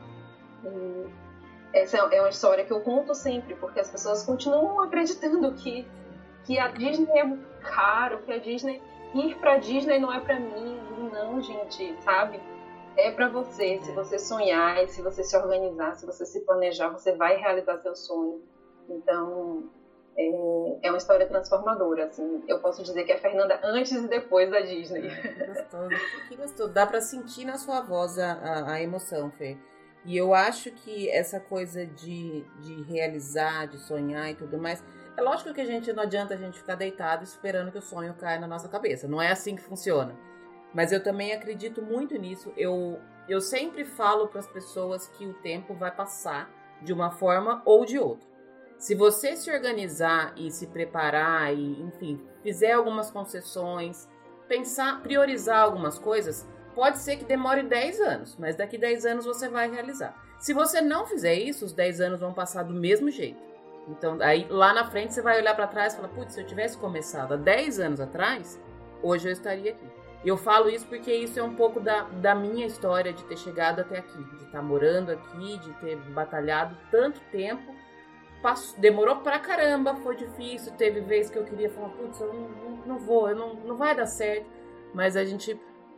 E essa é uma história que eu conto sempre, porque as pessoas continuam acreditando que, que a Disney é muito caro, que a Disney... Ir pra Disney não é pra mim, não, gente, sabe? É pra você, se você sonhar, se você se organizar, se você se planejar, você vai realizar seu sonho. Então, é, é uma história transformadora, assim. Eu posso dizer que é a Fernanda antes e depois da Disney. Que gostoso, que gostoso. Dá pra sentir na sua voz a, a, a emoção, Fê. E eu acho que essa coisa de, de realizar, de sonhar e tudo mais... É lógico que a gente não adianta a gente ficar deitado esperando que o sonho caia na nossa cabeça. Não é assim que funciona. Mas eu também acredito muito nisso. Eu, eu sempre falo para as pessoas que o tempo vai passar de uma forma ou de outra. Se você se organizar e se preparar e, enfim, fizer algumas concessões, pensar, priorizar algumas coisas, pode ser que demore dez anos, mas daqui dez anos você vai realizar. Se você não fizer isso, os dez anos vão passar do mesmo jeito. Então, aí lá na frente você vai olhar para trás e falar, putz, se eu tivesse começado há dez anos atrás, hoje eu estaria aqui. E eu falo isso porque isso é um pouco da, da minha história de ter chegado até aqui, de estar morando aqui, de ter batalhado tanto tempo. Passou, demorou pra caramba, foi difícil, teve vezes que eu queria falar, putz, eu não, não, não vou, eu não, não vai dar certo. Mas a gente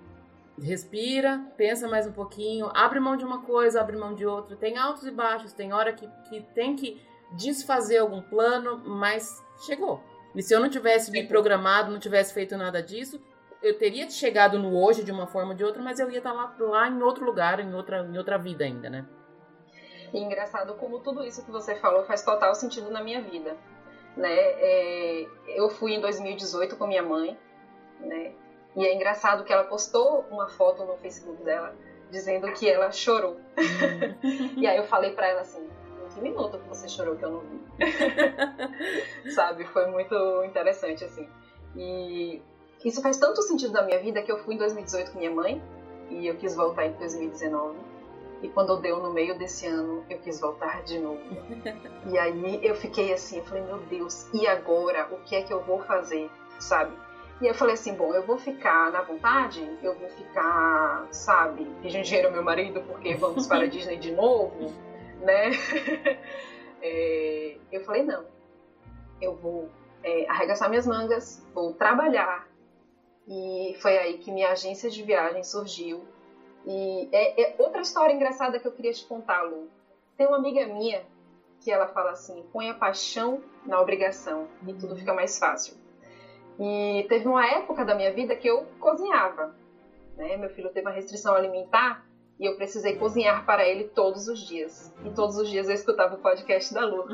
respira, pensa mais um pouquinho, abre mão de uma coisa, abre mão de outra. Tem altos e baixos, tem hora que, que tem que desfazer algum plano, mas chegou. E se eu não tivesse me programado, não tivesse feito nada disso, eu teria chegado no hoje de uma forma ou de outra, mas eu ia estar lá, lá em outro lugar, em outra, em outra vida ainda, né? E engraçado como tudo isso que você falou faz total sentido na minha vida, né? É, eu fui em dois mil e dezoito com minha mãe, né? E é engraçado que ela postou uma foto no Facebook dela dizendo que ela chorou. E aí eu falei pra ela assim, que minuto que você chorou que eu não vi? Sabe? Foi muito interessante, assim. E isso faz tanto sentido na minha vida que eu fui em dois mil e dezoito com minha mãe e eu quis voltar em dois mil e dezenove. E quando deu no meio desse ano, eu quis voltar de novo. E aí eu fiquei assim, eu falei, meu Deus, e agora? O que é que eu vou fazer? Sabe? E eu falei assim, bom, eu vou ficar na vontade, eu vou ficar, sabe, pedindo dinheiro ao meu marido porque vamos para a Disney de novo, né? é, eu falei, não, eu vou é, arregaçar minhas mangas, vou trabalhar. E foi aí que minha agência de viagem surgiu. E é, é outra história engraçada que eu queria te contar, Lu. Tem uma amiga minha que ela fala assim, põe a paixão na obrigação e tudo fica mais fácil. E teve uma época da minha vida que eu cozinhava, né? Meu filho teve uma restrição alimentar e eu precisei cozinhar para ele todos os dias. E todos os dias eu escutava o podcast da Lu.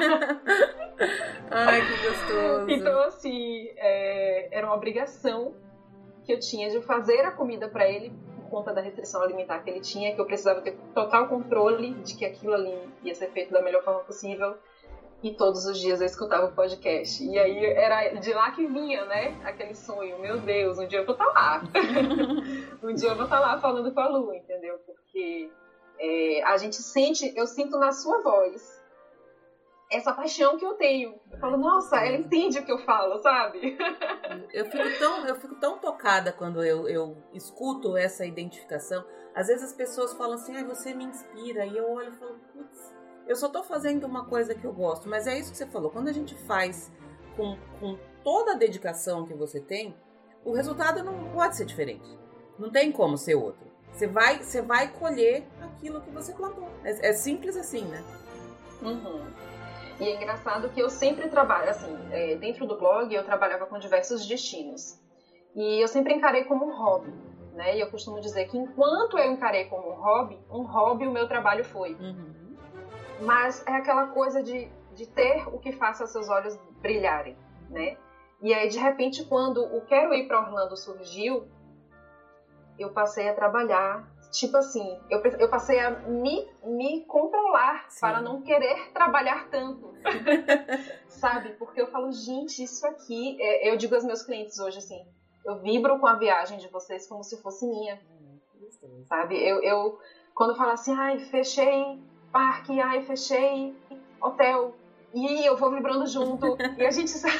Ai, que gostoso. Então, assim, é, era uma obrigação que eu tinha de fazer a comida para ele por conta da restrição alimentar que ele tinha, que eu precisava ter total controle de que aquilo ali ia ser feito da melhor forma possível. E todos os dias eu escutava o podcast. E aí era de lá que vinha, né? Aquele sonho. Meu Deus, um dia eu vou estar lá. um dia eu vou estar lá falando com a Lu, entendeu? Porque é, a gente sente, eu sinto na sua voz essa paixão que eu tenho. Eu falo, nossa, ela entende o que eu falo, sabe? eu, fico tão, eu fico tão tocada quando eu, eu escuto essa identificação. Às vezes as pessoas falam assim, ah, você me inspira. E eu olho e falo, putz, eu só tô fazendo uma coisa que eu gosto. Mas é isso que você falou. Quando a gente faz com, com toda a dedicação que você tem, o resultado não pode ser diferente. Não tem como ser outro. Você vai, você vai colher aquilo que você plantou. É, é simples assim, né? Uhum. E é engraçado que eu sempre trabalho, assim, é, dentro do blog eu trabalhava com diversos destinos. E eu sempre encarei como um hobby, né? E eu costumo dizer que enquanto eu encarei como um hobby, um hobby o meu trabalho foi. Uhum. Mas é aquela coisa de, de ter o que faça seus olhos brilharem, né? E aí, de repente, quando o Quero Ir para Orlando surgiu, eu passei a trabalhar, tipo assim, eu, eu passei a me, me controlar Sim. para não querer trabalhar tanto, sabe? Porque eu falo, gente, isso aqui, é, eu digo aos meus clientes hoje assim, eu vibro com a viagem de vocês como se fosse minha, hum, sabe? Eu, eu, quando eu falo assim, ai, fechei parque, ai, fechei hotel, e eu vou vibrando junto, e a gente sabe,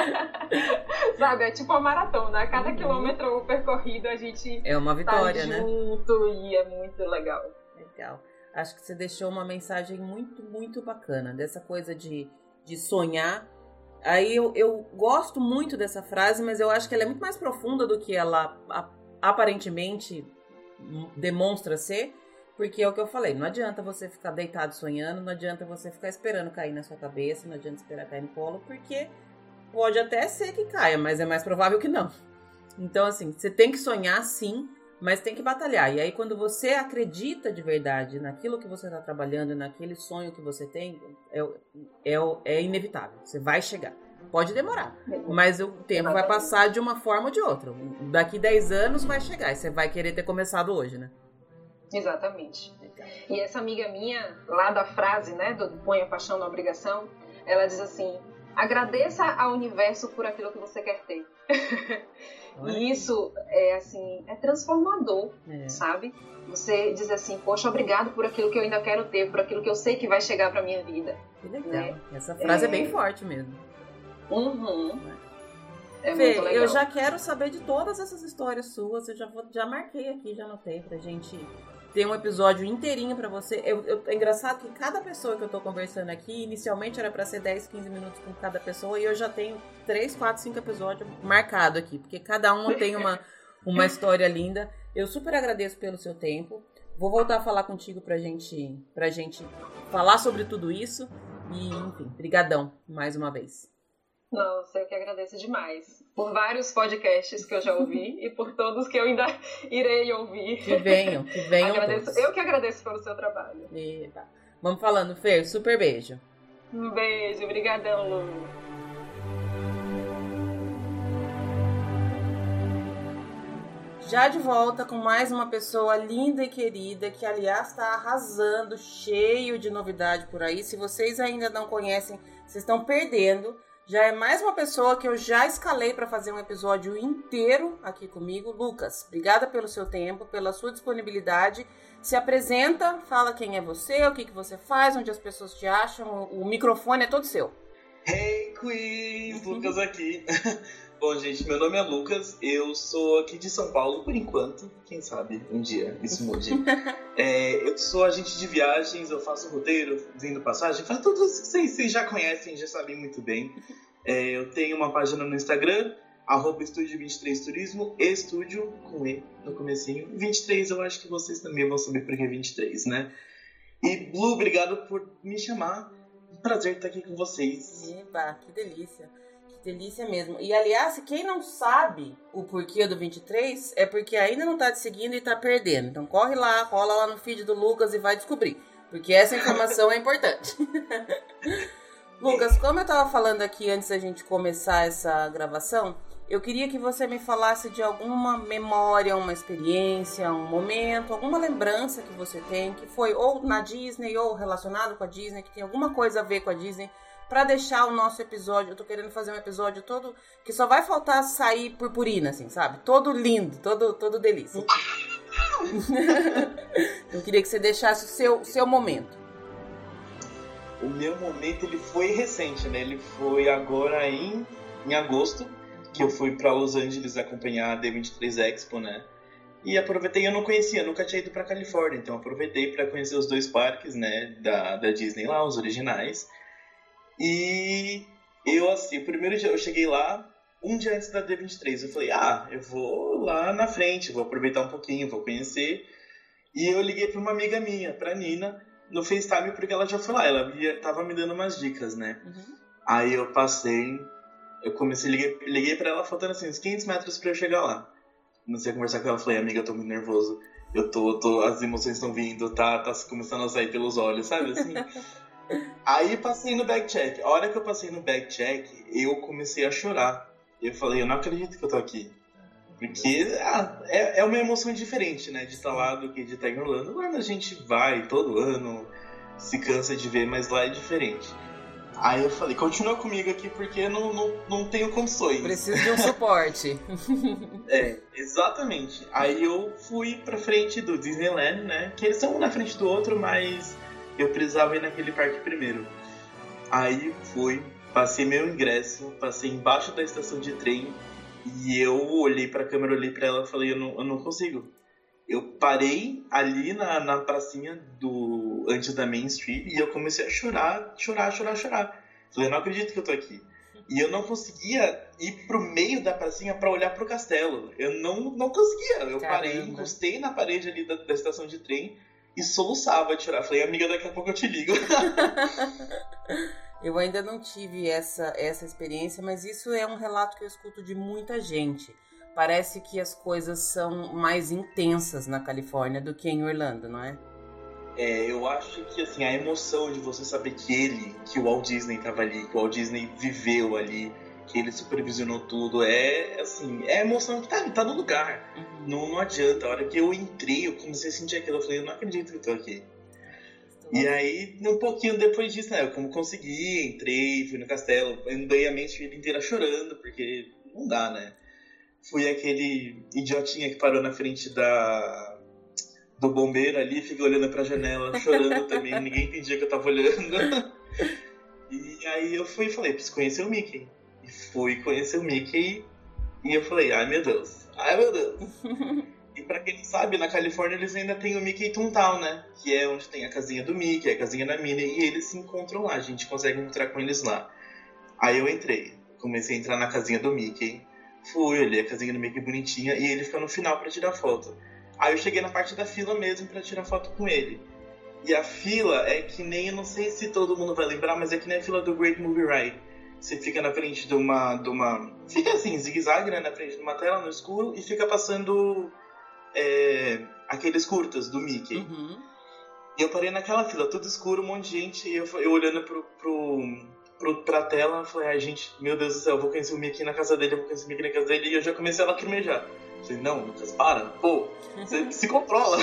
é tipo uma maratona, a cada uhum. quilômetro percorrido a gente é uma vitória, tá né? junto, e é muito legal. Legal. Acho que você deixou uma mensagem muito, muito bacana, dessa coisa de, de sonhar. Aí eu, eu gosto muito dessa frase, mas eu acho que ela é muito mais profunda do que ela a, aparentemente demonstra ser. Porque é o que eu falei, não adianta você ficar deitado sonhando, não adianta você ficar esperando cair na sua cabeça, não adianta esperar cair no colo, porque pode até ser que caia, mas é mais provável que não. Então, assim, você tem que sonhar sim, mas tem que batalhar. E aí, quando você acredita de verdade naquilo que você está trabalhando, naquele sonho que você tem, é, é, é inevitável, você vai chegar. Pode demorar, mas o tempo vai passar de uma forma ou de outra. Daqui dez anos vai chegar e você vai querer ter começado hoje, né? Exatamente. E essa amiga minha, lá da frase, né, do põe a paixão na obrigação, ela diz assim, agradeça ao universo por aquilo que você quer ter. E isso é assim, é transformador, é. sabe? Você diz assim, poxa, obrigado por aquilo que eu ainda quero ter, por aquilo que eu sei que vai chegar pra minha vida. Que legal. Né? Essa frase é... é bem forte mesmo. Uhum. É Fê, eu já quero saber de todas essas histórias suas, eu já, vou, já marquei aqui, já anotei pra gente ter um episódio inteirinho pra você. Eu, eu, é engraçado que cada pessoa que eu tô conversando aqui, inicialmente era pra ser dez, quinze minutos com cada pessoa, e eu já tenho três, quatro, cinco episódios marcados aqui, porque cada uma tem uma, uma história linda. Eu super agradeço pelo seu tempo. Vou voltar a falar contigo pra gente, pra gente falar sobre tudo isso. E, enfim, brigadão mais uma vez. Nossa, eu que agradeço demais por vários podcasts que eu já ouvi e por todos que eu ainda irei ouvir. Que venham, que venham agradeço, todos. Eu que agradeço pelo seu trabalho. Eita. Vamos falando, Fer, super beijo. Um beijo, brigadão, Lu. Já de volta com mais uma pessoa linda e querida, que aliás está arrasando, cheio de novidade por aí. Se vocês ainda não conhecem, vocês estão perdendo. Já é mais uma pessoa que eu já escalei para fazer um episódio inteiro aqui comigo. Lucas, obrigada pelo seu tempo, pela sua disponibilidade. Se apresenta, fala quem é você, o que, que você faz, onde as pessoas te acham. O, o microfone é todo seu. Hey Queens, Lucas aqui. Bom, gente, meu nome é Lucas, eu sou aqui de São Paulo por enquanto, quem sabe um dia isso mude. É, eu sou agente de viagens, eu faço roteiro, vendo passagem, faço tudo isso que vocês, vocês já conhecem, já sabem muito bem. É, eu tenho uma página no Instagram, arroba estúdio vinte e três turismo, estúdio com E no comecinho. vinte e três eu acho que vocês também vão saber por que vinte e três, né? E Blue, obrigado por me chamar, um prazer estar aqui com vocês. Eba, que delícia. Delícia mesmo. E, aliás, quem não sabe o porquê do vinte e três é porque ainda não tá te seguindo e tá perdendo. Então, corre lá, rola lá no feed do Lucas e vai descobrir. Porque essa informação é importante. Lucas, como eu tava falando aqui antes da gente começar essa gravação, eu queria que você me falasse de alguma memória, uma experiência, um momento, alguma lembrança que você tem, que foi ou na Disney ou relacionado com a Disney, que tem alguma coisa a ver com a Disney, pra deixar o nosso episódio, eu tô querendo fazer um episódio todo, que só vai faltar sair purpurina, assim, sabe? Todo lindo, todo, todo delícia. Eu queria que você deixasse o seu, seu momento. O meu momento, ele foi recente, né? Ele foi agora em, em agosto, que eu fui pra Los Angeles acompanhar a D vinte e três Expo, né? E aproveitei, eu não conhecia, nunca tinha ido pra Califórnia, então aproveitei pra conhecer os dois parques, né? Da, da Disney lá, os originais. E eu, assim, o primeiro dia eu cheguei lá, um dia antes da D vinte e três, eu falei, ah, eu vou lá na frente, vou aproveitar um pouquinho, vou conhecer. E eu liguei pra uma amiga minha, pra Nina, no FaceTime, porque ela já foi lá, ela ia, tava me dando umas dicas, né? Uhum. Aí eu passei, eu comecei, liguei, liguei pra ela faltando assim, uns quinhentos metros pra eu chegar lá. Comecei a conversar com ela, falei, amiga, eu tô muito nervoso, eu tô, tô as emoções estão vindo, tá, tá começando a sair pelos olhos, sabe assim? Aí passei no backcheck. A hora que eu passei no backcheck, eu comecei a chorar. Eu falei, eu não acredito que eu tô aqui. Porque ah, é, é uma emoção diferente, né? De estar lá do que de estar em Orlando. Lá a gente vai todo ano, se cansa de ver, mas lá é diferente. Aí eu falei, continua comigo aqui porque eu não, não, não tenho condições. Preciso de um suporte. É, exatamente. Aí eu fui pra frente do Disneyland, né? Que eles são um na frente do outro, mas eu precisava ir naquele parque primeiro. Aí fui, passei meu ingresso, passei embaixo da estação de trem e eu olhei pra câmera, olhei pra ela e falei, eu não, eu não consigo. Eu parei ali na, na pracinha do, antes da Main Street e eu comecei a chorar, chorar, chorar, chorar. Falei, eu não acredito que eu tô aqui. E eu não conseguia ir pro meio da pracinha pra olhar pro castelo. Eu não, não conseguia. Eu Caramba. parei, encostei na parede ali da, da estação de trem e soluçava de chorar. Falei, amiga, daqui a pouco eu te ligo. Eu ainda não tive essa, essa experiência, mas isso é um relato que eu escuto de muita gente. Parece que as coisas são mais intensas na Califórnia do que em Orlando, não é? É, eu acho que assim, a emoção de você saber que ele, que o Walt Disney estava ali, que o Walt Disney viveu ali, que ele supervisionou tudo, é assim, é a emoção que tá, tá no lugar. Uhum. Não, não adianta. A hora que eu entrei, eu comecei a sentir aquilo, eu falei, eu não acredito que eu tô aqui. Estou... E aí, um pouquinho depois disso, né, eu como consegui, entrei, fui no castelo, andei a Main Street inteira chorando, porque não dá, né? Fui aquele idiotinha que parou na frente da... do bombeiro ali, fiquei olhando pra janela, chorando também, ninguém entendia que eu tava olhando. E aí eu fui e falei, preciso conhecer o Mickey. E fui conhecer o Mickey e eu falei, ai meu Deus, ai meu Deus. E pra quem não sabe, na Califórnia eles ainda tem o Mickey Toontown, né? Que é onde tem a casinha do Mickey, a casinha da Minnie, e eles se encontram lá, a gente consegue encontrar com eles lá. Aí eu entrei, comecei a entrar na casinha do Mickey, fui, olhei a casinha do Mickey bonitinha e ele ficou no final pra tirar foto. Aí eu cheguei na parte da fila mesmo pra tirar foto com ele. E a fila é que nem, eu não sei se todo mundo vai lembrar, mas é que nem a fila do Great Movie Ride. Você fica na frente de uma... De uma fica assim, zigue-zague, né? Na frente de uma tela, no escuro, e fica passando é, aqueles curtas do Mickey. Uhum. E eu parei naquela fila, tudo escuro, um monte de gente, e eu, eu olhando pro, pro, pro, pra tela, eu falei, ai gente, meu Deus do céu, eu vou conhecer o Mickey na casa dele, eu vou conhecer o Mickey na casa dele, e eu já comecei a lacrimejar. Eu falei, não, Lucas, para, pô, você se controla.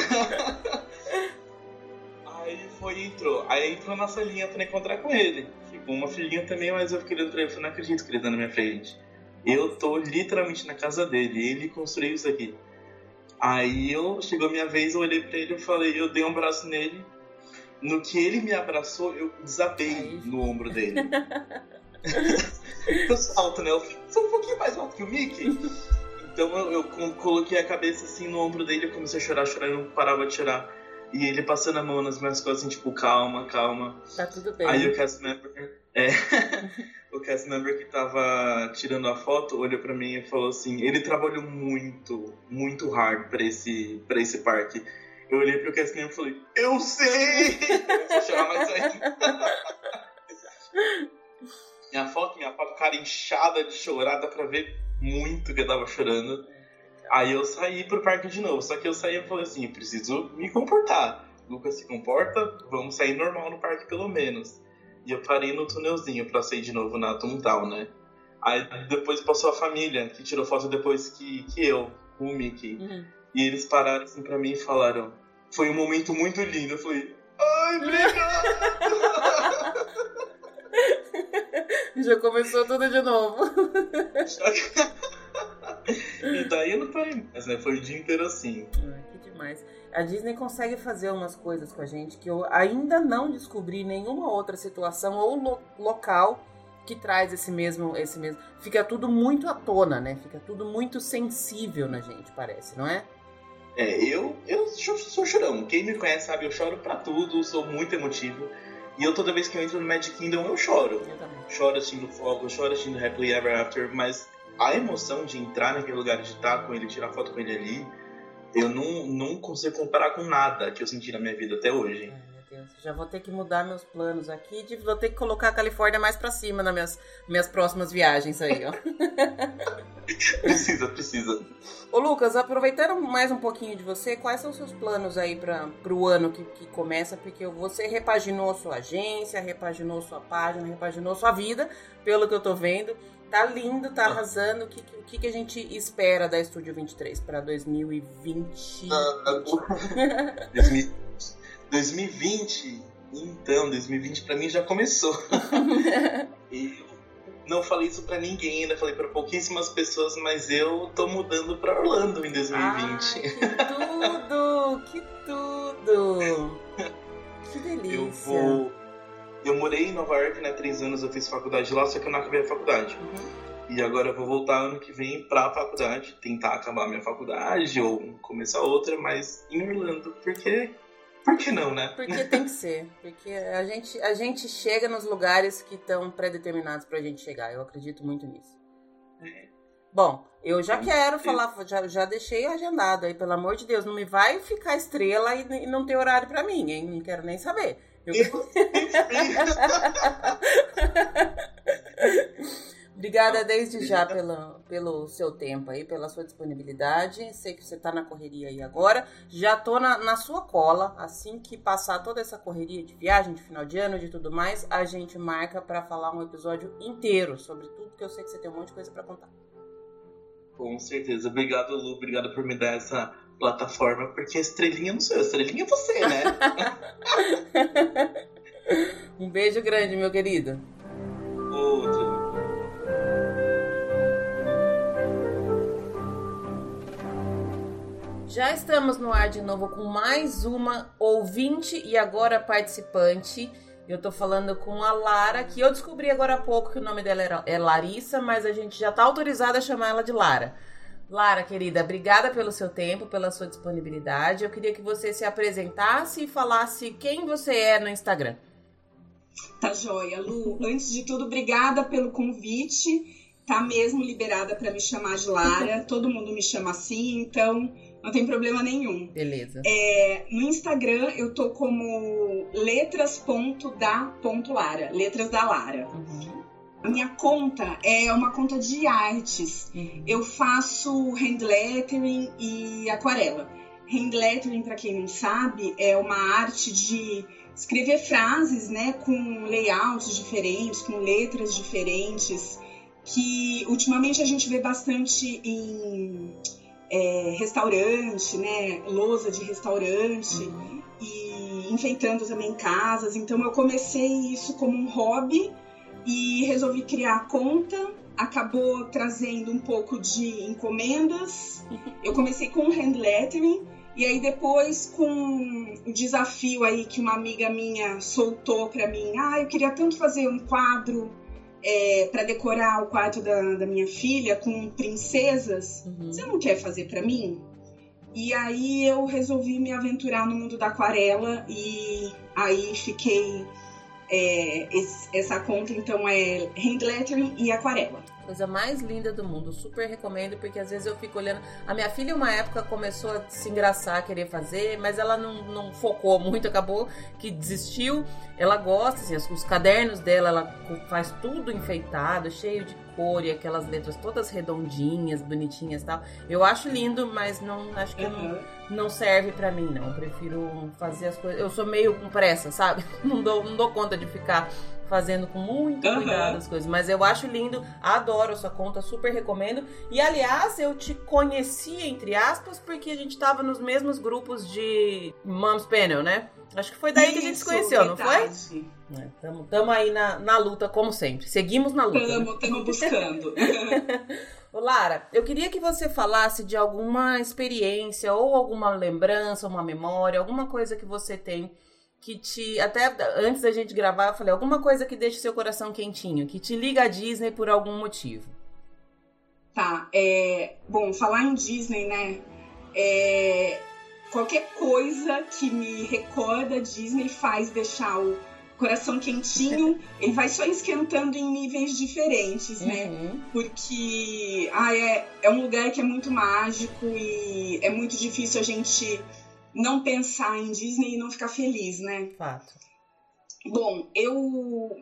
Aí foi e entrou. Aí entrou na salinha pra encontrar com ele. Ficou uma filhinha também, mas eu fiquei olhando pra ele. Eu falei, não acredito que ele tá na minha frente. Eu tô literalmente na casa dele. Ele construiu isso aqui. Aí eu, chegou a minha vez, eu olhei pra ele, eu falei, eu dei um abraço nele. No que ele me abraçou, eu desabei no ombro dele. Eu sou alto, né? Eu sou um pouquinho mais alto que o Mickey. Então eu, eu coloquei a cabeça assim no ombro dele, eu comecei a chorar, chorar e não parava de chorar. E ele passando a mão nas minhas costas, assim, tipo, calma, calma. Tá tudo bem. Aí o cast member, é, o cast member que tava tirando a foto olhou pra mim e falou assim, ele trabalhou muito, muito hard pra esse, pra esse parque. Eu olhei pro cast member e falei, eu sei! Comecei a chorar mais ainda. Minha foto, minha foto, cara inchada de chorar, dá pra ver muito que eu tava chorando. Aí eu saí pro parque de novo, só que eu saí e falei assim, preciso me comportar. Lucas se comporta, vamos sair normal no parque pelo menos. E eu parei no túnelzinho pra sair de novo na Toontown, né? Aí depois passou a família, que tirou foto depois que, que eu, com o Mickey. Uhum. E eles pararam assim pra mim e falaram, foi um momento muito lindo. Eu falei, ai, obrigado! Já começou tudo de novo. E daí eu não parei mais, né? Foi o dia inteiro assim. Ah, que demais. A Disney consegue fazer umas coisas com a gente que eu ainda não descobri nenhuma outra situação ou lo- local que traz esse mesmo, esse mesmo... Fica tudo muito à tona, né? Fica tudo muito sensível na gente, parece, não é? É, eu, eu sou, sou chorão. Quem me conhece sabe, eu choro pra tudo, sou muito emotivo. E eu, toda vez que eu entro no Magic Kingdom, eu choro. Eu também. Choro assistindo Fogo, choro assistindo Happily Ever After, mas a emoção de entrar naquele lugar, de estar com ele, tirar foto com ele ali, eu não, não consigo comparar com nada que eu senti na minha vida até hoje. Ai, meu Deus, já vou ter que mudar meus planos aqui, de, vou ter que colocar a Califórnia mais pra cima nas minhas, minhas próximas viagens aí, ó. Precisa, precisa. Ô Lucas, aproveitando mais um pouquinho de você, quais são os seus planos aí para o ano que, que começa? Porque você repaginou sua agência, repaginou sua página, repaginou sua vida, pelo que eu tô vendo. Tá lindo, tá arrasando. O que, que, que a gente espera da Estúdio vinte e três para dois mil e vinte? dois mil e vinte? Então, dois mil e vinte pra mim já começou. E não falei isso pra ninguém, ainda falei pra pouquíssimas pessoas, mas eu tô mudando pra Orlando em dois mil e vinte. Ai, que tudo! Que tudo! Que delícia! Eu vou... Eu morei em Nova York, né? Três anos eu fiz faculdade lá, só que eu não acabei a faculdade. Uhum. E agora eu vou voltar ano que vem pra faculdade, tentar acabar a minha faculdade ou começar outra, mas em Orlando, porque... Por que não, né? Porque tem que ser. Porque a gente, a gente chega nos lugares que estão pré-determinados pra gente chegar. Eu acredito muito nisso. É. Bom, eu já quero falar, já, já deixei agendado aí, pelo amor de Deus. Não me vai ficar estrela e, e não ter horário pra mim, hein? Não quero nem saber. Eu... Obrigada desde já pelo, pelo seu tempo aí, pela sua disponibilidade. Sei que você tá na correria aí agora. Já tô na, na sua cola. Assim que passar toda essa correria de viagem, de final de ano, de tudo mais, a gente marca pra falar um episódio inteiro sobre tudo, que eu sei que você tem um monte de coisa pra contar. Com certeza. Obrigado, Lu. Obrigado por me dar essa plataforma, porque a estrelinha não sou eu, a estrelinha é você, né? Um beijo grande, meu querido. Outro. Já estamos no ar de novo com mais uma ouvinte e agora participante. Eu tô falando com a Lara, que eu descobri agora há pouco que o nome dela é Larissa, mas a gente já tá autorizada a chamar ela de Lara. Lara, querida, obrigada pelo seu tempo, pela sua disponibilidade. Eu queria que você se apresentasse e falasse quem você é no Instagram. Tá joia, Lu. Antes de tudo, obrigada pelo convite. Tá mesmo liberada para me chamar de Lara. Todo mundo me chama assim, então não tem problema nenhum. Beleza. É, no Instagram eu tô como letras ponto da ponto lara, letras da Lara. Uhum. A minha conta é uma conta de artes. Uhum. Eu faço hand lettering e aquarela. Hand lettering, para quem não sabe, é uma arte de escrever frases, né, com layouts diferentes, com letras diferentes, que ultimamente a gente vê bastante em é, restaurante, né, lousa de restaurante, uhum. e enfeitando também casas. Então eu comecei isso como um hobby e resolvi criar a conta. Acabou trazendo um pouco de encomendas. Eu comecei com hand lettering e aí depois com o desafio aí que uma amiga minha soltou pra mim. Ah, eu queria tanto fazer um quadro é, para decorar o quarto da, da minha filha com princesas. Uhum. Você não quer fazer para mim? E aí eu resolvi me aventurar no mundo da aquarela e aí fiquei... É, esse, essa conta, então, é hand lettering e aquarela. Coisa mais linda do mundo, super recomendo, porque às vezes eu fico olhando... A minha filha, uma época, começou a se engraçar, a querer fazer, mas ela não, não focou muito, acabou que desistiu. Ela gosta, assim, os, os cadernos dela, ela faz tudo enfeitado, cheio de cor e aquelas letras todas redondinhas, bonitinhas e tal. Eu acho lindo, mas não acho que uhum. não, não serve pra mim, não. Eu prefiro fazer as coisas... Eu sou meio com pressa, sabe? Não dou, não dou conta de ficar... fazendo com muito uhum. cuidado as coisas, mas eu acho lindo, adoro a sua conta, super recomendo. E aliás, eu te conheci, entre aspas, porque a gente tava nos mesmos grupos de Moms Panel, né? Acho que foi daí Isso, que a gente se conheceu, verdade. Não foi? É, tamo, tamo aí na, na luta, como sempre. Seguimos na luta. Tamo, né? tamo buscando. Ô, Lara, eu queria que você falasse de alguma experiência ou alguma lembrança, uma memória, alguma coisa que você tem que te... Até antes da gente gravar, eu falei, alguma coisa que deixe seu coração quentinho, que te liga a Disney por algum motivo. Tá, é... Bom, falar em Disney, né? É... Qualquer coisa que me recorda a Disney faz deixar o coração quentinho. Ele vai só esquentando em níveis diferentes, né? Uhum. Porque ah, é, é um lugar que é muito mágico e é muito difícil a gente... não pensar em Disney e não ficar feliz, né? Fato. Bom, eu...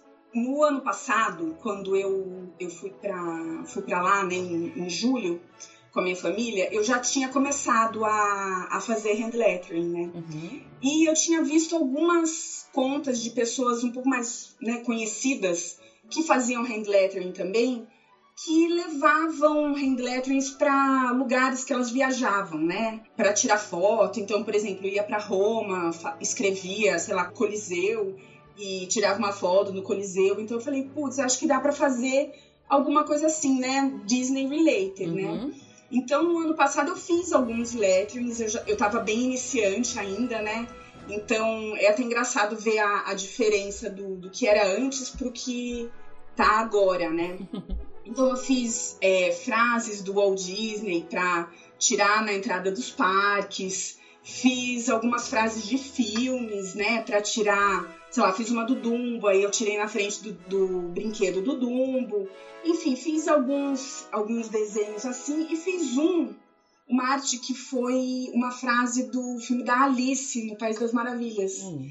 No ano passado, quando eu, eu fui pra, fui pra lá, né, em, em julho, com a minha família, eu já tinha começado a, a fazer hand lettering, né? Uhum. E eu tinha visto algumas contas de pessoas um pouco mais, né, conhecidas que faziam hand lettering também, que levavam hand letterings para lugares que elas viajavam, né? Para tirar foto. Então, por exemplo, eu ia para Roma, escrevia, sei lá, Coliseu e tirava uma foto no Coliseu. Então eu falei, putz, acho que dá para fazer alguma coisa assim, né? Disney related, uhum. né? Então, no ano passado eu fiz alguns letterings, eu, já, eu tava bem iniciante ainda, né? Então, é até engraçado ver a, a diferença do, do que era antes pro que tá agora, né? Então eu fiz é, frases do Walt Disney para tirar na entrada dos parques, fiz algumas frases de filmes, né, para tirar, sei lá, fiz uma do Dumbo, aí eu tirei na frente do, do brinquedo do Dumbo, enfim, fiz alguns, alguns desenhos assim e fiz um, uma arte que foi uma frase do filme da Alice no País das Maravilhas. Hum.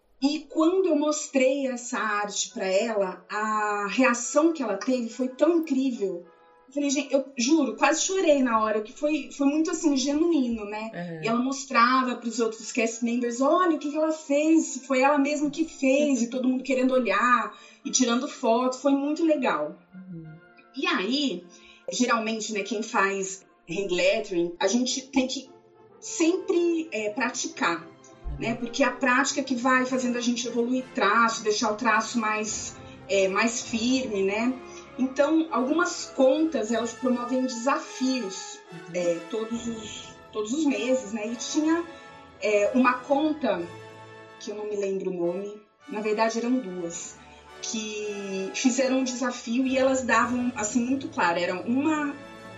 E quando eu mostrei essa arte para ela, a reação que ela teve foi tão incrível. Eu falei, gente, eu juro, quase chorei na hora, que foi, foi muito assim, genuíno, né? Uhum. E ela mostrava para os outros cast members, olha o que, que ela fez, foi ela mesma que fez, e todo mundo querendo olhar e tirando foto, foi muito legal. Uhum. E aí, geralmente, né, quem faz hand lettering, a gente tem que sempre é, praticar. Né? Porque a prática que vai fazendo a gente evoluir traço, deixar o traço mais, é, mais firme, né? Então, algumas contas, elas promovem desafios é, todos, os, todos os meses, né? E tinha é, uma conta, que eu não me lembro o nome, na verdade eram duas, que fizeram um desafio e elas davam, assim, muito claro, era uma...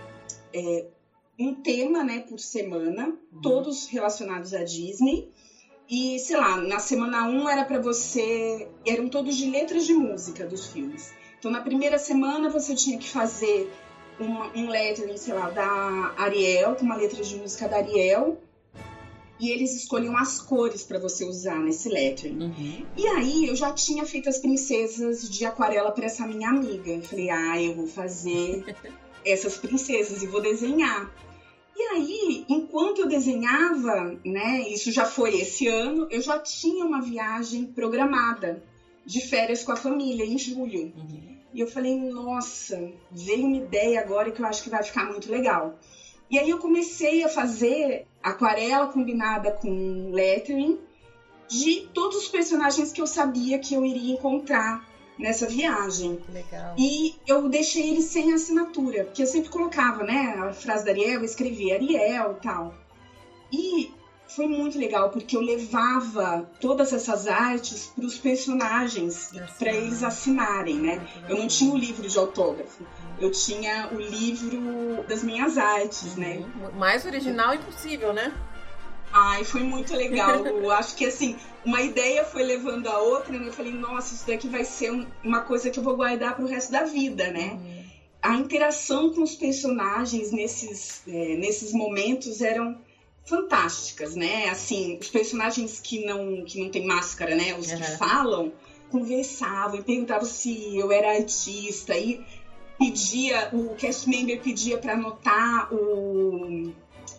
É, um tema, né, por semana, uhum. todos relacionados à Disney. E, sei lá, na semana um era para você... Eram todos de letras de música dos filmes. Então, na primeira semana, você tinha que fazer uma, um lettering, sei lá, da Ariel, com uma letra de música da Ariel. E eles escolhiam as cores para você usar nesse lettering. Uhum. E aí, eu já tinha feito as princesas de aquarela para essa minha amiga. Eu falei, ah, eu vou fazer essas princesas e vou desenhar. E aí, enquanto eu desenhava, né, isso já foi esse ano, eu já tinha uma viagem programada de férias com a família, em julho. Uhum. E eu falei, nossa, veio uma ideia agora que eu acho que vai ficar muito legal. E aí eu comecei a fazer aquarela combinada com lettering de todos os personagens que eu sabia que eu iria encontrar nessa viagem. Legal. E eu deixei ele sem assinatura, porque eu sempre colocava, né, a frase da Ariel, eu escrevia Ariel e tal. E foi muito legal, porque eu levava todas essas artes para os personagens, para eles assinarem, né? Eu não tinha o livro de autógrafo, eu tinha o livro das minhas artes, né? Mais original impossível, né? Ai, foi muito legal. Eu acho que, assim, uma ideia foi levando a outra, né? Eu falei, nossa, isso daqui vai ser um, uma coisa que eu vou guardar pro resto da vida, né? Uhum. A interação com os personagens nesses, é, nesses momentos eram fantásticas, né? Assim, os personagens que não, que não tem máscara, né? Os uhum. que falam, conversavam e perguntavam se eu era artista e pedia, o cast member pedia para anotar o...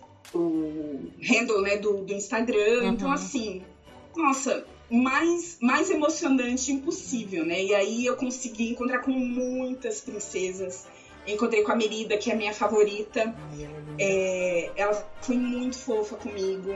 o handle, né, do, do Instagram, uhum. Então assim, nossa, mais, mais emocionante impossível, né, e aí eu consegui encontrar com muitas princesas, encontrei com a Merida, que é a minha favorita, é, ela foi muito fofa comigo,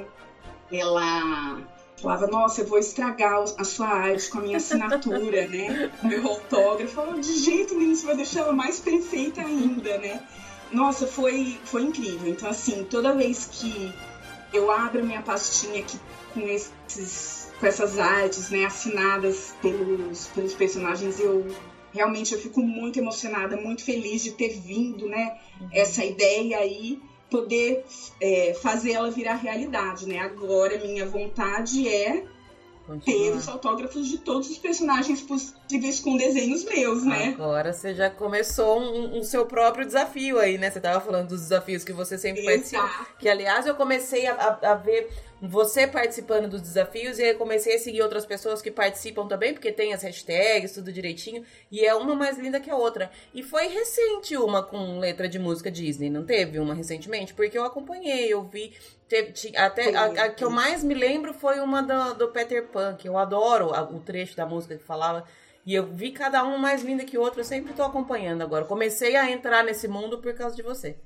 ela falava, nossa, eu vou estragar a sua arte com a minha assinatura, né, o meu autógrafo, eu falava, de jeito nenhum, você vai deixar ela mais perfeita ainda, né. Nossa, foi, foi incrível. Então, assim, toda vez que eu abro minha pastinha aqui com, esses, com essas artes, né, assinadas pelos, pelos personagens, eu realmente eu fico muito emocionada, muito feliz de ter vindo, né, uhum. essa ideia aí, poder é, fazer ela virar realidade, né. Agora, minha vontade é Continuar. ter os autógrafos de todos os personagens possíveis com desenhos meus, né? Agora você já começou um, um seu próprio desafio aí, né? Você tava falando dos desafios que você sempre Exato. participa. Que, aliás, eu comecei a, a, a ver você participando dos desafios e aí comecei a seguir outras pessoas que participam também, porque tem as hashtags, tudo direitinho, e é uma mais linda que a outra. E foi recente uma com letra de música Disney, não teve uma recentemente? Porque eu acompanhei, eu vi... Teve, até a, a que eu mais me lembro foi uma do, do Peter Pan, que eu adoro a, o trecho da música que falava, e eu vi cada uma mais linda que outra, eu sempre tô acompanhando agora. Comecei a entrar nesse mundo por causa de você.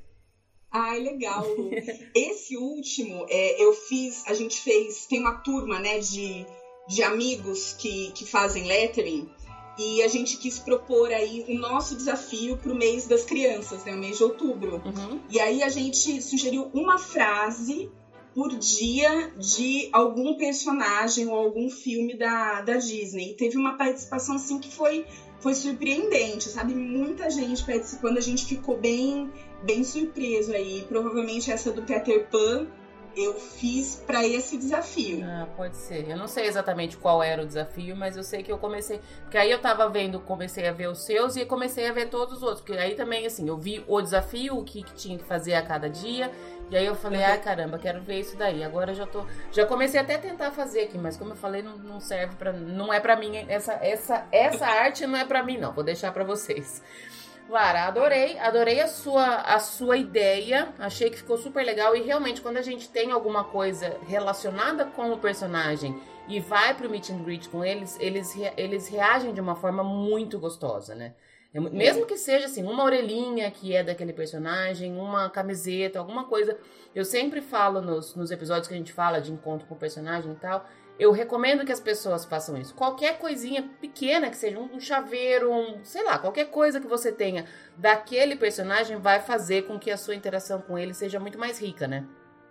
Ai, legal. Esse último, é, eu fiz, a gente fez, tem uma turma, né, de, de amigos que, que fazem lettering, e a gente quis propor aí o nosso desafio pro mês das crianças, né, o mês de outubro. Uhum. E aí a gente sugeriu uma frase por dia de algum personagem ou algum filme da, da Disney. E teve uma participação, assim, que foi, foi surpreendente, sabe? Muita gente participando, a gente ficou bem, bem surpreso aí. Provavelmente essa do Peter Pan eu fiz para esse desafio. Ah, pode ser. Eu não sei exatamente qual era o desafio, mas eu sei que eu comecei... Porque aí eu tava vendo, comecei a ver os seus e comecei a ver todos os outros. Porque aí também, assim, eu vi o desafio, o que, que tinha que fazer a cada dia. E aí eu falei, uhum. ai, caramba, quero ver isso daí. Agora eu já tô... Já comecei até a tentar fazer aqui, mas como eu falei, não, não serve pra... Não é pra mim. Essa, essa, essa arte não é pra mim, não. Vou deixar pra vocês. Lara, adorei, adorei a sua, a sua ideia, achei que ficou super legal e realmente quando a gente tem alguma coisa relacionada com o personagem e vai pro meet and greet com eles, eles, eles reagem de uma forma muito gostosa, né? Mesmo que seja assim, uma orelhinha que é daquele personagem, uma camiseta, alguma coisa, eu sempre falo nos, nos episódios que a gente fala de encontro com o personagem e tal, eu recomendo que as pessoas façam isso. Qualquer coisinha pequena, que seja um chaveiro, um, sei lá, qualquer coisa que você tenha daquele personagem vai fazer com que a sua interação com ele seja muito mais rica, né?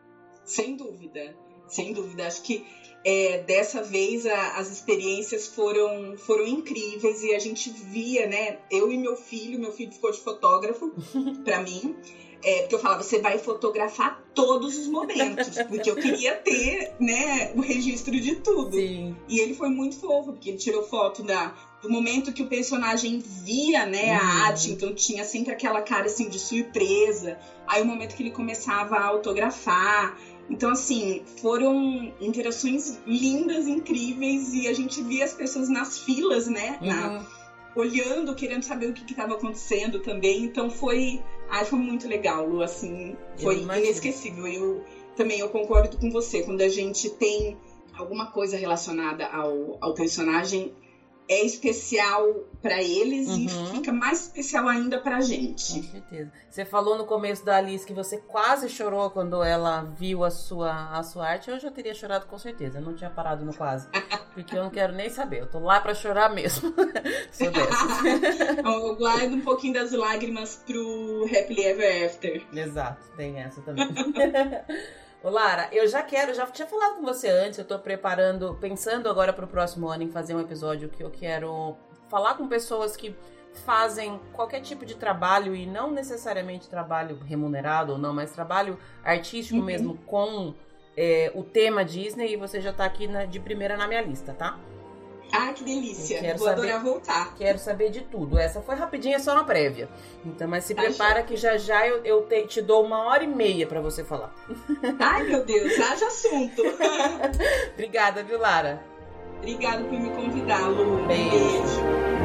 Sem dúvida, sem dúvida. Acho que é, dessa vez a, as experiências foram, foram incríveis e a gente via, né? Eu e meu filho, meu filho ficou de fotógrafo pra mim. É, porque eu falava, você vai fotografar todos os momentos, porque eu queria ter, né, o registro de tudo. Sim. E ele foi muito fofo, porque ele tirou foto da, do momento que o personagem via, né, a uhum. arte, então tinha sempre aquela cara, assim, de surpresa. Aí o momento que ele começava a autografar. Então, assim, foram interações lindas, incríveis, e a gente via as pessoas nas filas, né, uhum. na, olhando, querendo saber o que estava acontecendo também. Então foi... Ai, foi muito legal, Lu, assim, foi inesquecível. Eu também, eu concordo com você, quando a gente tem alguma coisa relacionada ao, ao personagem, é especial pra eles uhum. e fica mais especial ainda pra gente. Com certeza. Você falou no começo da Alice que você quase chorou quando ela viu a sua, a sua arte. Eu já teria chorado com certeza, eu não tinha parado no quase. Porque eu não quero nem saber, eu tô lá pra chorar mesmo. Sou dessas. Eu guardo um pouquinho das lágrimas pro Happily Ever After. Exato, tem essa também. Ô Lara, eu já quero, já tinha falado com você antes, eu tô preparando, pensando agora pro próximo ano em fazer um episódio que eu quero falar com pessoas que fazem qualquer tipo de trabalho e não necessariamente trabalho remunerado ou não, mas trabalho artístico uhum. mesmo com é, o tema Disney, e você já tá aqui na, de primeira na minha lista, tá? Ah, que delícia. Vou saber, adorar voltar. Quero saber de tudo. Essa foi rapidinha, só na prévia. Então, mas se prepara que já já eu, eu te, te dou uma hora e meia pra você falar. Ai, meu Deus, haja assunto. Obrigada, viu, Lara? Obrigada por me convidar, Lu. Beijo. Beijo.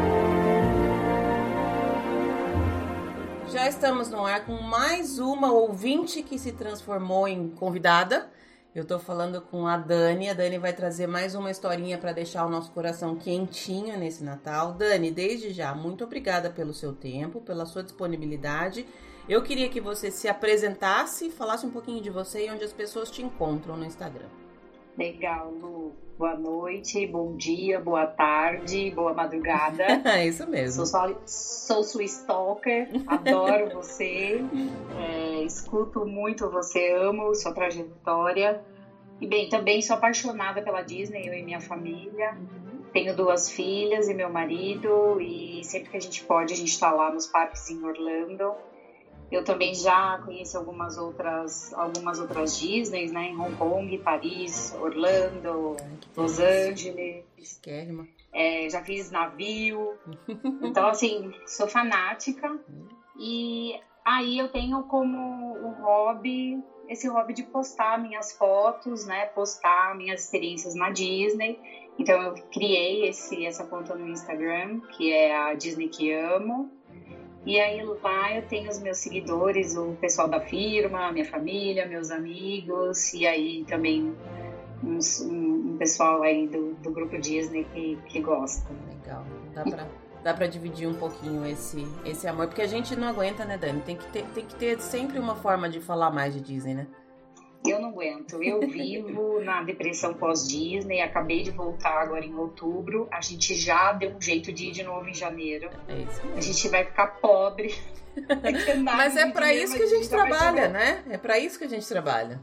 Já estamos no ar com mais uma ouvinte que se transformou em convidada. Eu tô falando com a Dani. A Dani vai trazer mais uma historinha para deixar o nosso coração quentinho nesse Natal. Dani, desde já, muito obrigada pelo seu tempo, pela sua disponibilidade. Eu queria que você se apresentasse, falasse um pouquinho de você e onde as pessoas te encontram no Instagram. Legal, Lu. Boa noite, bom dia, boa tarde, boa madrugada. É isso mesmo. Sou, só, sou sua stalker, adoro você, é, escuto muito você, amo sua trajetória. E bem, também sou apaixonada pela Disney, eu e minha família. Uhum. Tenho duas filhas e meu marido, e sempre que a gente pode, a gente está lá nos parques em Orlando. Eu também já conheci algumas outras, algumas outras Disneys, né? Em Hong Kong, Paris, Orlando, Los Angeles. É, já fiz navio. Então, assim, sou fanática. E aí eu tenho como um hobby, esse hobby de postar minhas fotos, né? Postar minhas experiências na Disney. Então, eu criei esse, essa conta no Instagram, que é a Disney que Amo. E aí lá eu tenho os meus seguidores, o pessoal da firma, minha família, meus amigos, e aí também uns, um, um pessoal aí do, do grupo Disney que, que gosta. Legal, dá pra, dá pra dividir um pouquinho esse, esse amor, porque a gente não aguenta, né, Dani? Tem que ter, tem que ter sempre uma forma de falar mais de Disney, né? Eu não aguento, eu vivo na depressão pós-Disney, acabei de voltar agora em outubro, a gente já deu um jeito de ir de novo em janeiro, é isso. A gente vai ficar pobre. Mas é pra isso que a gente trabalha, né? É pra isso que a gente trabalha.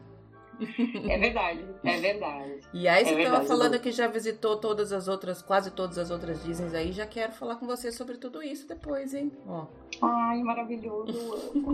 É verdade, é verdade. E aí você é estava falando que já visitou todas as outras, quase todas as outras Disneys aí, já quero falar com você sobre tudo isso depois, hein? Ó. Ai, maravilhoso, amo.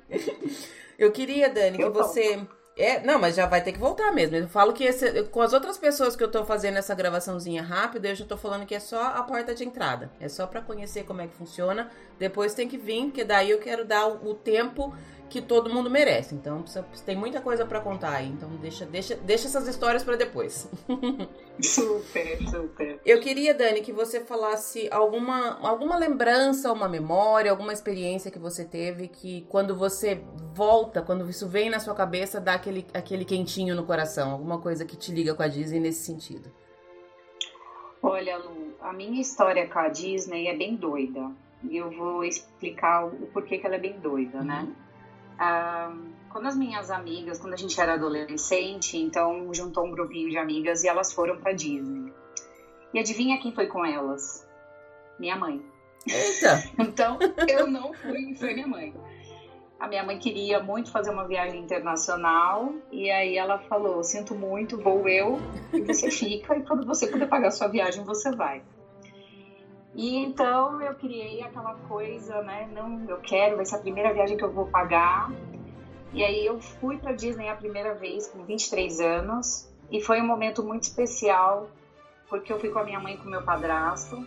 Eu queria, Dani, eu que você... Tomo. É, não, mas já vai ter que voltar mesmo. Eu falo que esse, com as outras pessoas que eu tô fazendo essa gravaçãozinha rápida, eu já tô falando que é só a porta de entrada. É só pra conhecer como é que funciona. Depois tem que vir, porque daí eu quero dar o, o tempo que todo mundo merece. Então, precisa, tem muita coisa pra contar aí. Então, deixa, deixa, deixa essas histórias pra depois. Super, super. Eu queria, Dani, que você falasse alguma, alguma lembrança, uma memória, alguma experiência que você teve que quando você volta, quando isso vem na sua cabeça, dá aquele, aquele quentinho no coração. Alguma coisa que te liga com a Disney nesse sentido. Olha, Lu, a minha história com a Disney é bem doida. E eu vou explicar o porquê que ela é bem doida, uhum. né? Ah, quando as minhas amigas, quando a gente era adolescente, então juntou um grupinho de amigas e elas foram pra Disney. E adivinha quem foi com elas? Minha mãe. Eita! Então eu não fui, foi minha mãe. A minha mãe queria muito fazer uma viagem internacional e aí ela falou, sinto muito, vou eu e você fica e quando você puder pagar sua viagem você vai. E então eu criei aquela coisa, né, não, eu quero, vai ser a primeira viagem que eu vou pagar. E aí eu fui pra Disney a primeira vez com vinte e três anos e foi um momento muito especial porque eu fui com a minha mãe e com o meu padrasto.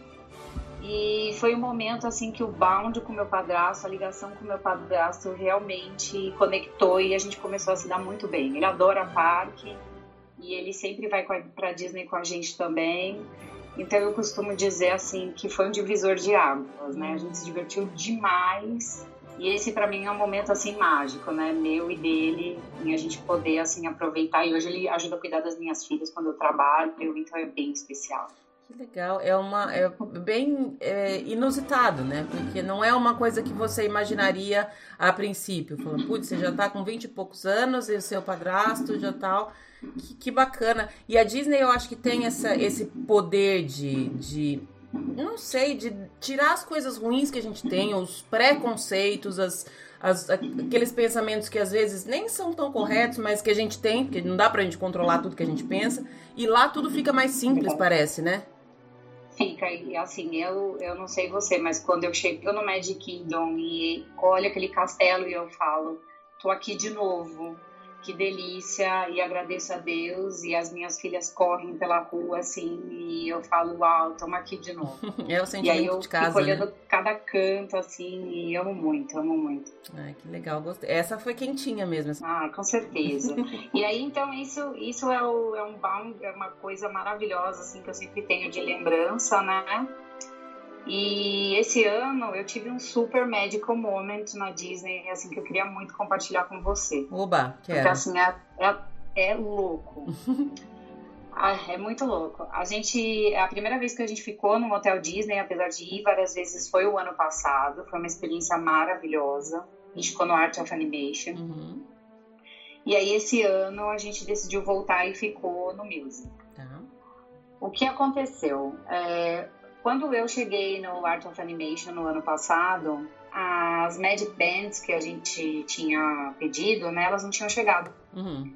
E foi um momento assim que o bound com o meu padrasto, a ligação com o meu padrasto realmente conectou e a gente começou a se dar muito bem. Ele adora parque e ele sempre vai pra Disney com a gente também. Então eu costumo dizer assim que foi um divisor de águas, né? A gente se divertiu demais e esse pra mim é um momento assim mágico, né? Meu e dele, em a gente poder assim aproveitar. E hoje ele ajuda a cuidar das minhas filhas quando eu trabalho, então é bem especial. Que legal, é uma é bem é, inusitado, né? Porque não é uma coisa que você imaginaria a princípio. Falando, putz, você já tá com vinte e poucos anos e o seu padrasto já tal. Que, que bacana. E a Disney eu acho que tem essa, esse poder de, de não sei, de tirar as coisas ruins que a gente tem, os preconceitos, as, as, aqueles pensamentos que às vezes nem são tão corretos, mas que a gente tem, porque não dá pra gente controlar tudo que a gente pensa, e lá tudo fica mais simples, parece, né? Fica, e assim, eu, eu não sei você, mas quando eu chego no Magic Kingdom e olho aquele castelo e eu falo, tô aqui de novo, que delícia, e agradeço a Deus, e as minhas filhas correm pela rua, assim, e eu falo, uau, estamos aqui de novo. É o sentimento e aí eu de casa, fico olhando né? cada canto, assim, e amo muito, amo muito. Ai, que legal, gostei. Essa foi quentinha mesmo. Ah, com certeza. E aí, então, isso, isso é, o, é um bom, é uma coisa maravilhosa, assim, que eu sempre tenho de lembrança, né? E esse ano eu tive um super magical moment na Disney, assim, que eu queria muito compartilhar com você. Oba, quero. Porque, assim, é, é, é louco. Ah, é muito louco. A gente, a primeira vez que a gente ficou no Hotel Disney, apesar de ir várias vezes, foi o ano passado. Foi uma experiência maravilhosa. A gente ficou no Art of Animation. Uhum. E aí, esse ano, a gente decidiu voltar e ficou no Music. Tá. O que aconteceu? É... Quando eu cheguei no Art of Animation no ano passado, as Magic Bands que a gente tinha pedido, né, elas não tinham chegado. Uhum.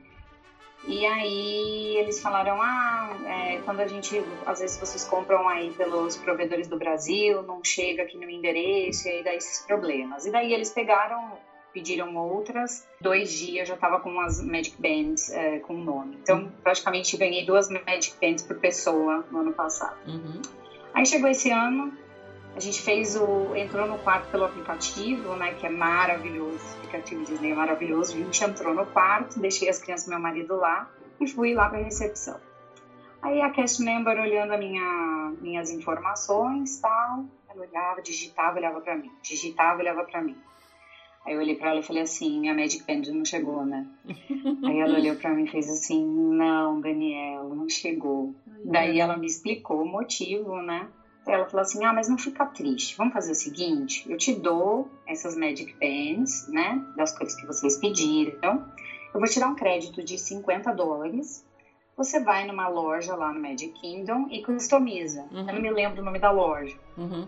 E aí eles falaram, ah, é, quando a gente, às vezes vocês compram aí pelos provedores do Brasil, não chega aqui no endereço, e aí dá esses problemas. E daí eles pegaram, pediram outras, dois dias já tava com as Magic Bands é, com o nome. Então, praticamente ganhei duas Magic Bands por pessoa no ano passado. Uhum. Aí chegou esse ano, a gente fez o... entrou no quarto pelo aplicativo, né, que é maravilhoso, o aplicativo Disney é maravilhoso. A gente entrou no quarto, deixei as crianças e meu marido lá e fui lá para a recepção. Aí a cast member olhando a minha, minhas informações e tal, ela olhava, digitava, olhava para mim, digitava, olhava para mim. Aí eu olhei para ela e falei assim, minha Magic Band não chegou, né? Aí ela olhou para mim e fez assim, não, Daniela, não chegou. Daí ela me explicou o motivo, né? Ela falou assim, ah, mas não fica triste, vamos fazer o seguinte, eu te dou essas Magic Bands, né, das cores que vocês pediram, eu vou te dar um crédito de cinquenta dólares, você vai numa loja lá no Magic Kingdom e customiza, uhum. Eu não me lembro o nome da loja. Uhum.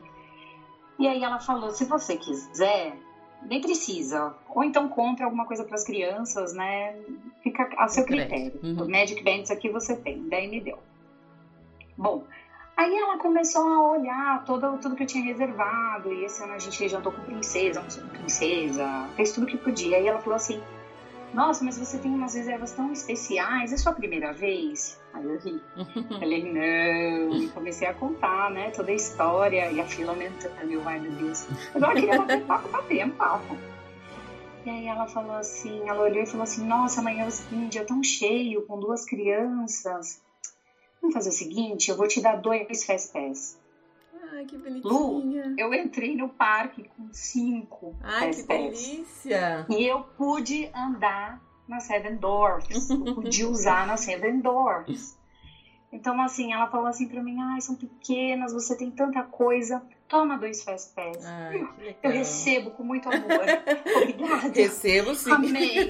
E aí ela falou, se você quiser, nem precisa, ou então compra alguma coisa para as crianças, né, fica a seu critério, uhum. Magic Bands aqui você tem, daí me deu. Bom, aí ela começou a olhar todo, tudo que eu tinha reservado, e esse ano a gente jantou com princesa, almoçou com princesa, fez tudo que podia. Aí ela falou assim, nossa, mas você tem umas reservas tão especiais, é sua primeira vez? Aí eu ri. Falei, não, e comecei a contar, né, toda a história, e a fila aumentando, eu, ai meu Deus. Eu não queria bater papo, bater papo. E aí ela falou assim, ela olhou e falou assim, nossa, amanhã é o seguinte, é tão cheio, com duas crianças. Vamos fazer o seguinte, eu vou te dar dois Fast Pass. Ai, que bonitinha. Lu, eu entrei no parque com cinco Ai, Fast que Pass. delícia. E eu pude andar nas Seven Dwarfs. Eu pude usar nas Seven Dwarfs. Então, assim, ela falou assim pra mim, ai, são pequenas, você tem tanta coisa. Toma dois Fast Pass. Ai, que legal. Eu recebo com muito amor. Obrigada. Recebo sim. Amei.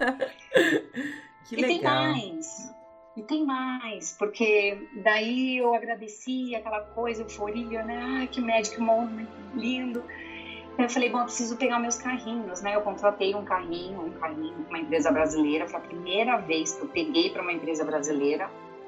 Que e legal. tem mais. E tem mais, porque daí eu agradeci aquela coisa, euforia, né? Ai, que Magic Moment lindo. Eu falei, bom, eu preciso pegar meus carrinhos, né? Eu contratei um carrinho, um carrinho com uma empresa brasileira. Foi a primeira vez que eu peguei para uma empresa brasileira.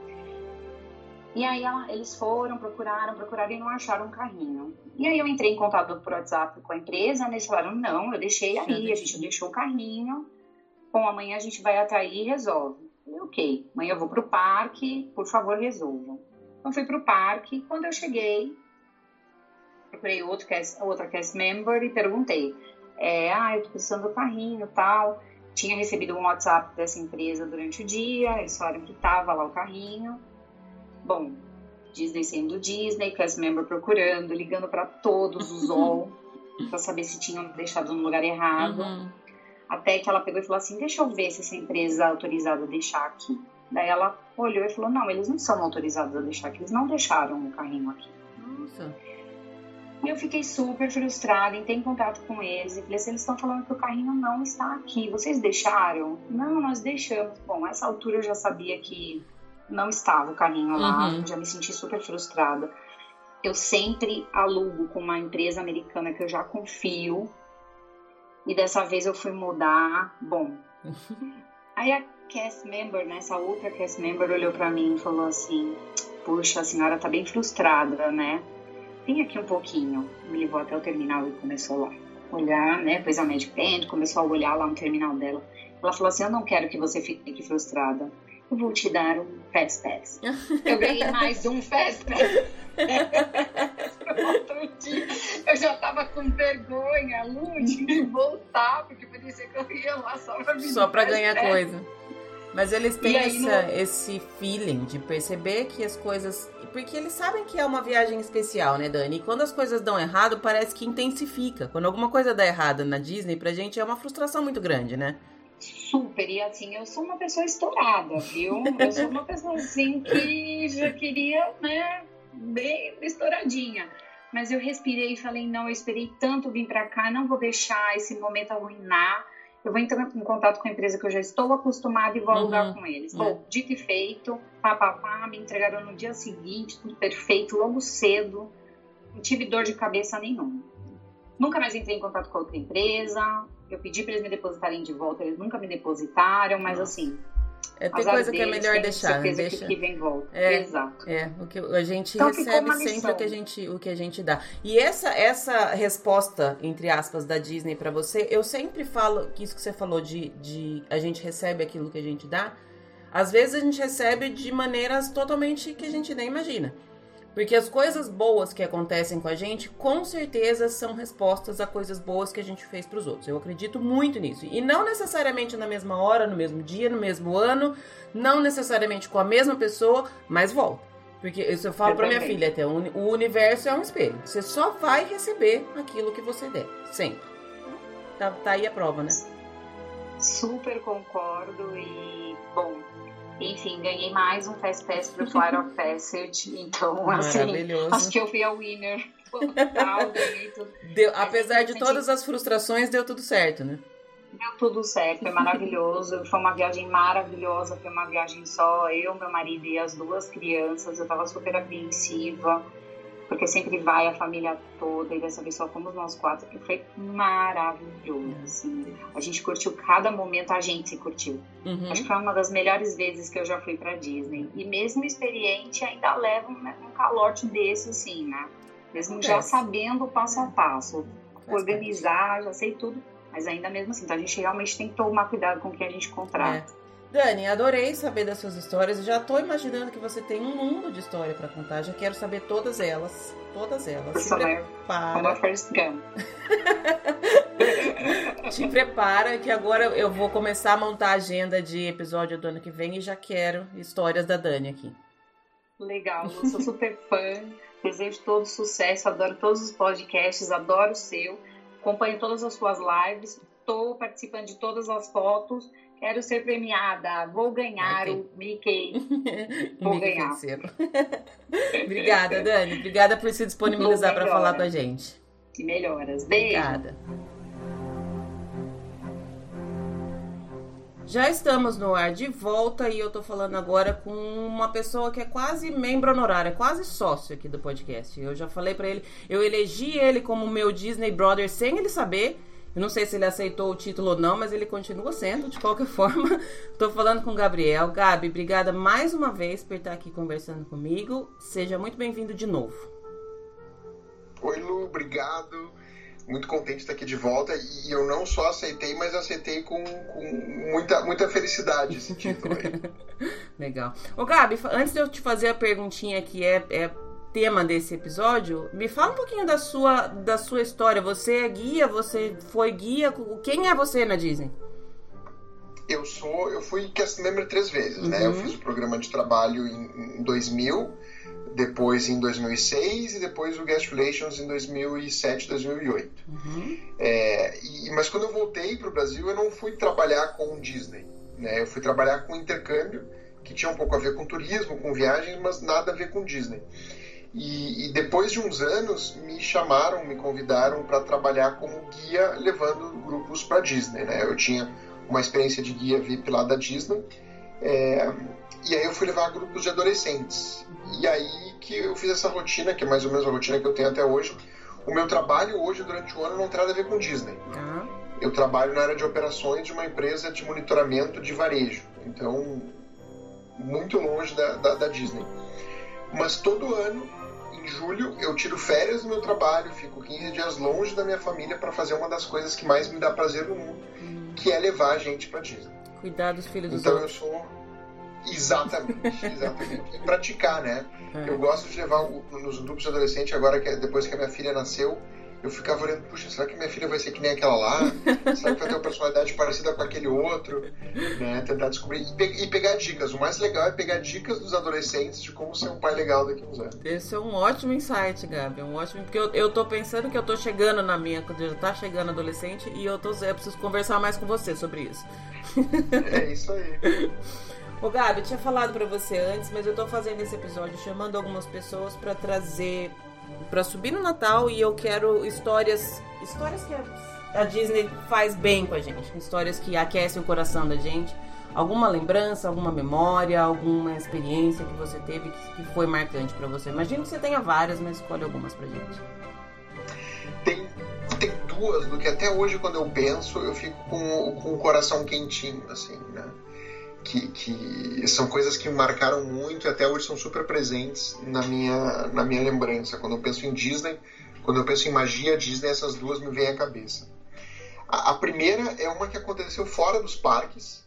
E aí ela, eles foram, procuraram, procuraram e não acharam um carrinho. E aí eu entrei em contato por WhatsApp com a empresa, né? Eles falaram, não, eu deixei aí, a gente deixou o carrinho. Bom, amanhã a gente vai até aí e resolve. Falei, ok, amanhã eu vou pro parque, por favor, resolvam. Então fui pro parque, quando eu cheguei, procurei outro cast, outra cast member e perguntei, é, ah, eu tô precisando do carrinho e tal. Tinha recebido um WhatsApp dessa empresa durante o dia, eles falaram que tava lá o carrinho. Bom, Disney sendo Disney, cast member procurando, ligando para todos os all, para saber se tinham deixado no lugar errado. Uhum. Até que ela pegou e falou assim, deixa eu ver se essa empresa é autorizada a deixar aqui. Daí ela olhou e falou, não, eles não são autorizados a deixar aqui, eles não deixaram o carrinho aqui. Nossa. E eu fiquei super frustrada, entrei em contato com eles e falei assim, eles estão falando que o carrinho não está aqui, vocês deixaram? Não, nós deixamos. Bom, nessa altura eu já sabia que não estava o carrinho lá, uhum. Já me senti super frustrada. eu sempre alugo com uma empresa americana que eu já confio. E dessa vez eu fui mudar. Bom, aí a cast member, né, essa outra cast member olhou pra mim e falou assim, puxa, a senhora tá bem frustrada, né? Vem aqui um pouquinho. Me levou até o terminal e começou lá olhar, né? Pôs a Magic Band, começou a olhar lá no terminal dela. Ela falou assim, eu não quero que você fique frustrada. Eu vou te dar um Fast Pass. Eu ganhei mais um Fast Pass. Outro dia, eu já tava com vergonha, Lu, de voltar, porque parecia que eu ia lá só pra, só pra ganhar pass. Coisa. Mas eles têm essa, no... esse feeling de perceber que as coisas... Porque eles sabem que é uma viagem especial, né, Dani? E quando as coisas dão errado, parece que intensifica. Quando alguma coisa dá errado na Disney, pra gente é uma frustração muito grande, né? Super, e assim, eu sou uma pessoa estourada, viu? Eu sou uma pessoa assim que já queria, né, bem estouradinha. Mas eu respirei e falei, não, eu esperei tanto vir pra cá, não vou deixar esse momento arruinar. Eu vou entrar em contato com a empresa que eu já estou acostumada e vou alugar uhum. com eles. Uhum. Bom, dito e feito, pá, pá, pá, me entregaram no dia seguinte, tudo perfeito, logo cedo. Não tive dor de cabeça nenhuma. Nunca mais entrei em contato com outra empresa. Eu pedi para eles me depositarem de volta, eles nunca me depositaram, mas Nossa. assim... É, tem coisa que é melhor deixar, né? Deixa... que vem volta. É, Exato. É, o que a gente então, recebe sempre o que a gente, o que a gente dá. E essa, essa resposta, entre aspas, da Disney pra você, eu sempre falo, que isso que você falou de, de a gente recebe aquilo que a gente dá, às vezes a gente recebe de maneiras totalmente que a gente nem imagina. Porque as coisas boas que acontecem com a gente, com certeza são respostas a coisas boas que a gente fez pros outros. Eu acredito muito nisso. E não necessariamente na mesma hora, no mesmo dia, no mesmo ano, não necessariamente com a mesma pessoa, mas volta. Porque isso eu falo eu pra também. minha filha até, o universo é um espelho. Você só vai receber aquilo que você der, sempre. Tá, tá aí a prova, né? Super concordo e, bom... Enfim, ganhei mais um Fast Pass pro Flight of Passage, então, assim, acho que eu fui a winner total, ganhei tudo. Deu, apesar de todas as frustrações, deu tudo certo, né? Deu tudo certo, foi maravilhoso, foi uma viagem maravilhosa, foi uma viagem só, eu, meu marido e as duas crianças, eu tava super apreensiva, porque sempre vai a família toda, e dessa vez só fomos nós quatro, que foi maravilhoso, assim. A gente curtiu cada momento, a gente se curtiu. Uhum. Acho que foi uma das melhores vezes que eu já fui pra Disney. E mesmo experiente, ainda leva um, né, um calote desse, assim, né? Mesmo já sabendo o passo a passo. Organizar, já sei tudo. Mas ainda mesmo assim, então a gente realmente tem que tomar cuidado com o que a gente contrata. É. Dani, adorei saber das suas histórias. Já tô imaginando que você tem um mundo de história para contar. Já quero saber todas elas. Todas elas. Se prepara. Como a First Gun. Te prepara que agora eu vou começar a montar a agenda de episódio do ano que vem e já quero histórias da Dani aqui. Legal, eu sou super fã. Desejo todo sucesso. Adoro todos os podcasts. Adoro o seu. Acompanho todas as suas lives. Estou participando de todas as fotos. Quero ser premiada, vou ganhar okay. o Mickey. Vou Mickey ganhar. Obrigada, Dani. Obrigada por se disponibilizar para falar com a gente. Que melhoras. Beijo. Obrigada. Já estamos no ar de volta e eu tô falando agora com uma pessoa que é quase membro honorário, é quase sócio aqui do podcast. Eu já falei para ele, eu elegi ele como meu Disney Brother sem ele saber. Eu não sei se ele aceitou o título ou não, mas ele continua sendo, de qualquer forma. Tô falando com o Gabriel. Gabi, obrigada mais uma vez por estar aqui conversando comigo. Seja muito bem-vindo de novo. Oi, Lu, obrigado. Muito contente de estar aqui de volta. E eu não só aceitei, mas aceitei com, com muita, muita felicidade esse título aí. Legal. Ô, Gabi, antes de eu te fazer a perguntinha que é... é tema desse episódio, me fala um pouquinho da sua, da sua história. Você é guia, você foi guia, quem é você na Disney? Eu sou, eu fui cast member três vezes, uhum. né? Eu fiz o programa de trabalho em, em dois mil, depois em dois mil e seis e depois o Guest Relations em dois mil e sete, dois mil e oito. Uhum. É, e, mas quando eu voltei para o Brasil, eu não fui trabalhar com Disney, né? Eu fui trabalhar com intercâmbio, que tinha um pouco a ver com turismo, com viagens, mas nada a ver com Disney. E, e depois de uns anos me chamaram, me convidaram para trabalhar como guia levando grupos para Disney, né? Eu tinha uma experiência de guia V I P lá da Disney É, e aí eu fui levar grupos de adolescentes. E aí que eu fiz essa rotina, que é mais ou menos a rotina que eu tenho até hoje. O meu trabalho hoje, durante o ano, não tem nada a ver com Disney. Uhum. Eu trabalho na área de operações de uma empresa de monitoramento de varejo. Então, muito longe da, da, da Disney. Mas todo ano, em julho, eu tiro férias do meu trabalho, fico quinze dias longe da minha família para fazer uma das coisas que mais me dá prazer no mundo, uhum. que é levar a gente para Disney. Cuidar dos filhos dos então, outros. Então eu sou... Exatamente, exatamente. E praticar, né? É. Eu gosto de levar o, nos grupos de adolescente, agora que depois que a minha filha nasceu, eu ficava olhando, puxa, será que minha filha vai ser que nem aquela lá? Será que vai ter uma personalidade parecida com aquele outro? Né? Tentar descobrir. E, pe- e pegar dicas. O mais legal é pegar dicas dos adolescentes de como ser um pai legal daqui a uns anos. Esse é um ótimo insight, Gabi. É um ótimo. Porque eu, eu tô pensando que eu tô chegando na minha, quando já tá chegando adolescente, e eu tô eu preciso conversar mais com você sobre isso. É isso aí. Ô Gabi, eu tinha falado pra você antes, mas eu tô fazendo esse episódio chamando algumas pessoas pra trazer, pra subir no Natal, e eu quero histórias, histórias que a Disney faz bem com a gente, histórias que aquecem o coração da gente, alguma lembrança, alguma memória, alguma experiência que você teve que, que foi marcante pra você. Imagino que você tenha várias, mas escolhe algumas pra gente. Tem, tem duas, do que até hoje quando eu penso, eu fico com, com o coração quentinho, assim, né? Que, que são coisas que me marcaram muito e até hoje são super presentes na minha, na minha lembrança. Quando eu penso em Disney, quando eu penso em magia Disney, essas duas me vêm à cabeça. A, a primeira é uma que aconteceu fora dos parques,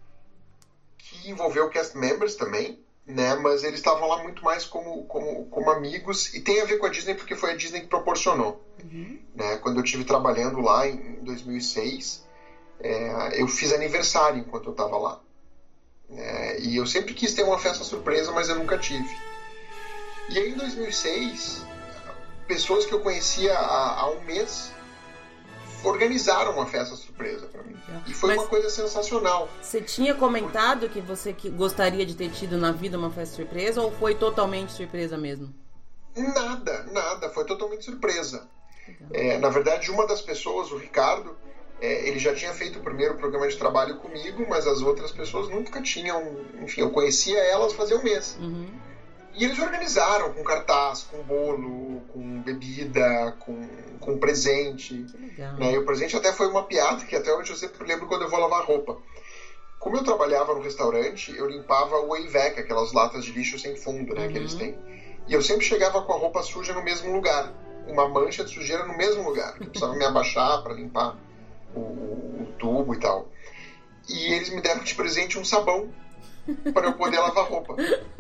que envolveu cast members também, né? Mas eles estavam lá muito mais como, como, como amigos, e tem a ver com a Disney porque foi a Disney que proporcionou. Uhum. Né? Quando eu estive trabalhando lá em dois mil e seis, é, eu fiz aniversário enquanto eu estava lá. É, e eu sempre quis ter uma festa surpresa, mas eu nunca tive. E aí em dois mil e seis, pessoas que eu conhecia há, há um mês organizaram uma festa surpresa para mim. E foi mas uma coisa sensacional. Você tinha comentado que você que gostaria de ter tido na vida uma festa surpresa, ou foi totalmente surpresa mesmo? Nada, nada, foi totalmente surpresa. É, na verdade, uma das pessoas, o Ricardo, É, ele já tinha feito o primeiro programa de trabalho comigo, mas as outras pessoas nunca tinham. Enfim, eu conhecia elas fazia um mês. Uhum. E eles organizaram com cartaz, com bolo, com bebida, com, com presente. Né? E o presente até foi uma piada que até hoje eu sempre lembro quando eu vou lavar roupa. Como eu trabalhava no restaurante, eu limpava o Eivac, aquelas latas de lixo sem fundo, né, uhum. que eles têm. E eu sempre chegava com a roupa suja no mesmo lugar. Uma mancha de sujeira no mesmo lugar. Eu precisava me abaixar para limpar O, o tubo e tal. E eles me deram de presente um sabão para eu poder lavar roupa.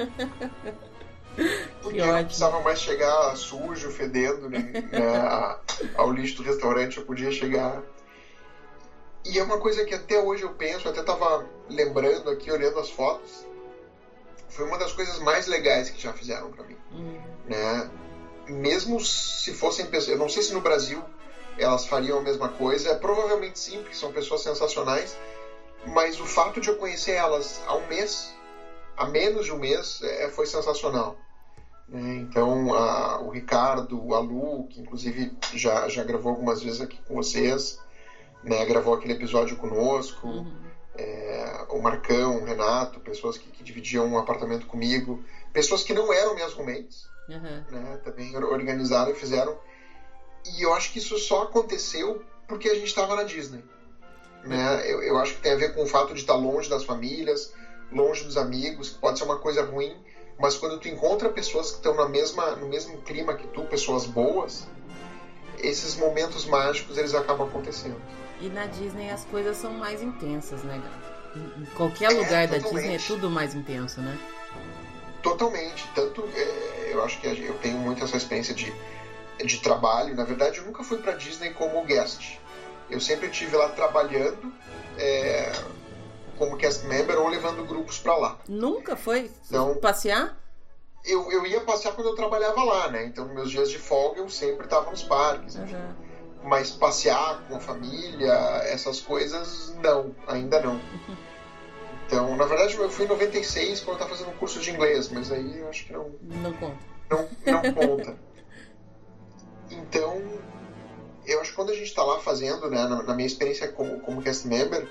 Porque eu não precisava mais chegar sujo, fedendo, né, ao lixo do restaurante, eu podia chegar. E é uma coisa que até hoje eu penso, eu até estava lembrando aqui, olhando as fotos, foi uma das coisas mais legais que já fizeram para mim. Hum. Né? Mesmo se fossem pessoas, eu não sei se no Brasil elas fariam a mesma coisa, é, provavelmente sim, porque são pessoas sensacionais, mas o fato de eu conhecer elas há um mês, há menos de um mês, é, foi sensacional. Né? Então, a, o Ricardo, a Lu, que inclusive já, já gravou algumas vezes aqui com vocês, né? Gravou aquele episódio conosco, uhum. é, o Marcão, o Renato, pessoas que, que dividiam um apartamento comigo, pessoas que não eram minhas roommates, uhum. né? Também organizaram e fizeram. E eu acho que isso só aconteceu porque a gente estava na Disney. Né? Eu, eu acho que tem a ver com o fato de estar longe das famílias, longe dos amigos, que pode ser uma coisa ruim, mas quando tu encontra pessoas que estão na mesma, no mesmo clima que tu, pessoas boas, esses momentos mágicos eles acabam acontecendo. E na Disney as coisas são mais intensas, né, Gabi? Em qualquer lugar é, da Disney é tudo mais intenso, né? Totalmente. Tanto, é, eu acho que eu tenho muito essa experiência de de trabalho. Na verdade, eu nunca fui para Disney como guest. Eu sempre estive lá trabalhando é, como cast member ou levando grupos para lá. Nunca foi então, passear? Eu, eu ia passear quando eu trabalhava lá, né? Então, nos meus dias de folga, eu sempre estava nos parques. Uhum. Mas passear com a família, essas coisas, não. Ainda não. Uhum. Então, na verdade, eu fui em noventa e seis quando eu estava fazendo um curso de inglês, mas aí eu acho que não... Não conta. Não, não conta. Então, eu acho que quando a gente está lá fazendo, né, na, na minha experiência como, como cast member,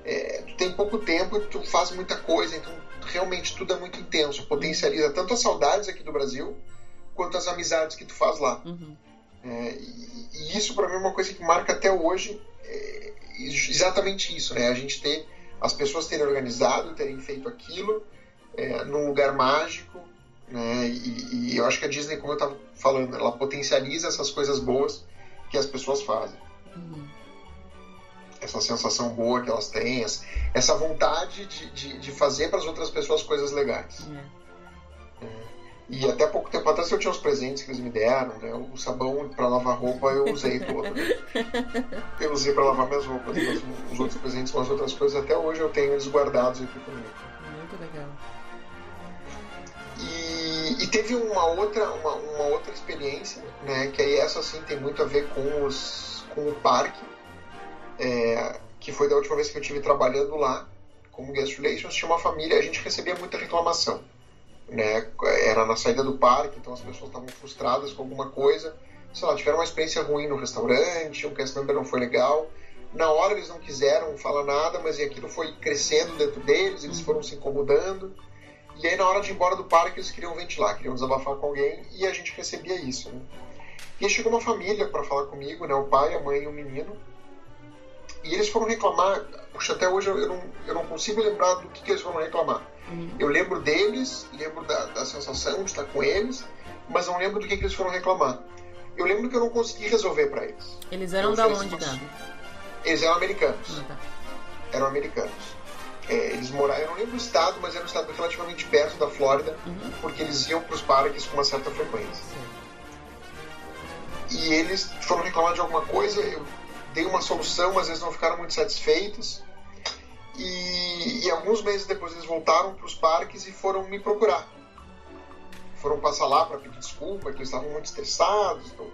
é, tu tem pouco tempo e tu faz muita coisa, então realmente tudo é muito intenso, potencializa tanto as saudades aqui do Brasil quanto as amizades que tu faz lá. Uhum. É, e, e isso para mim é uma coisa que marca até hoje, é, exatamente isso, né? A gente ter as pessoas terem organizado, terem feito aquilo é, num lugar mágico, né? E, e eu acho que a Disney, como eu estava falando, ela potencializa essas coisas boas que as pessoas fazem. Uhum. Essa sensação boa que elas têm, essa vontade de, de, de fazer para as outras pessoas coisas legais. Uhum. É, e até pouco tempo atrás eu tinha os presentes que eles me deram, né? O sabão para lavar roupa eu usei todo. Né? Eu usei para lavar minhas roupas, mas os outros presentes, umas outras coisas, até hoje eu tenho eles guardados aqui comigo. Muito legal. E, e teve uma outra, uma, uma outra experiência, né? Que aí essa sim tem muito a ver com, os, com o parque, é, que foi da última vez que eu estive trabalhando lá como guest relations. Tinha uma família, a gente recebia muita reclamação. Né? Era na saída do parque, então as pessoas estavam frustradas com alguma coisa, sei lá, tiveram uma experiência ruim no restaurante, um cast member não foi legal, na hora eles não quiseram falar nada, mas aquilo foi crescendo dentro deles, eles foram se incomodando, e aí na hora de ir embora do parque eles queriam ventilar, queriam desabafar com alguém, e a gente recebia isso, né? E aí chegou uma família para falar comigo, né? O pai, a mãe e o menino, e eles foram reclamar. Puxa, até hoje eu não, eu não consigo lembrar do que, que eles foram reclamar. Uhum. Eu lembro deles, lembro da, da sensação de estar com eles, mas não lembro do que, que eles foram reclamar. Eu lembro que eu não consegui resolver para eles. Eles eram da onde, Gabi? Eles eram americanos. Uhum. Eram americanos. É, eles moravam, eu não lembro o estado, mas era um estado relativamente perto da Flórida, uhum. porque eles iam para os parques com uma certa frequência. Sim. E eles foram reclamar de alguma coisa, eu dei uma solução, mas eles não ficaram muito satisfeitos. E, e alguns meses depois eles voltaram para os parques e foram me procurar. Foram passar lá para pedir desculpa, que eles estavam muito estressados. Então,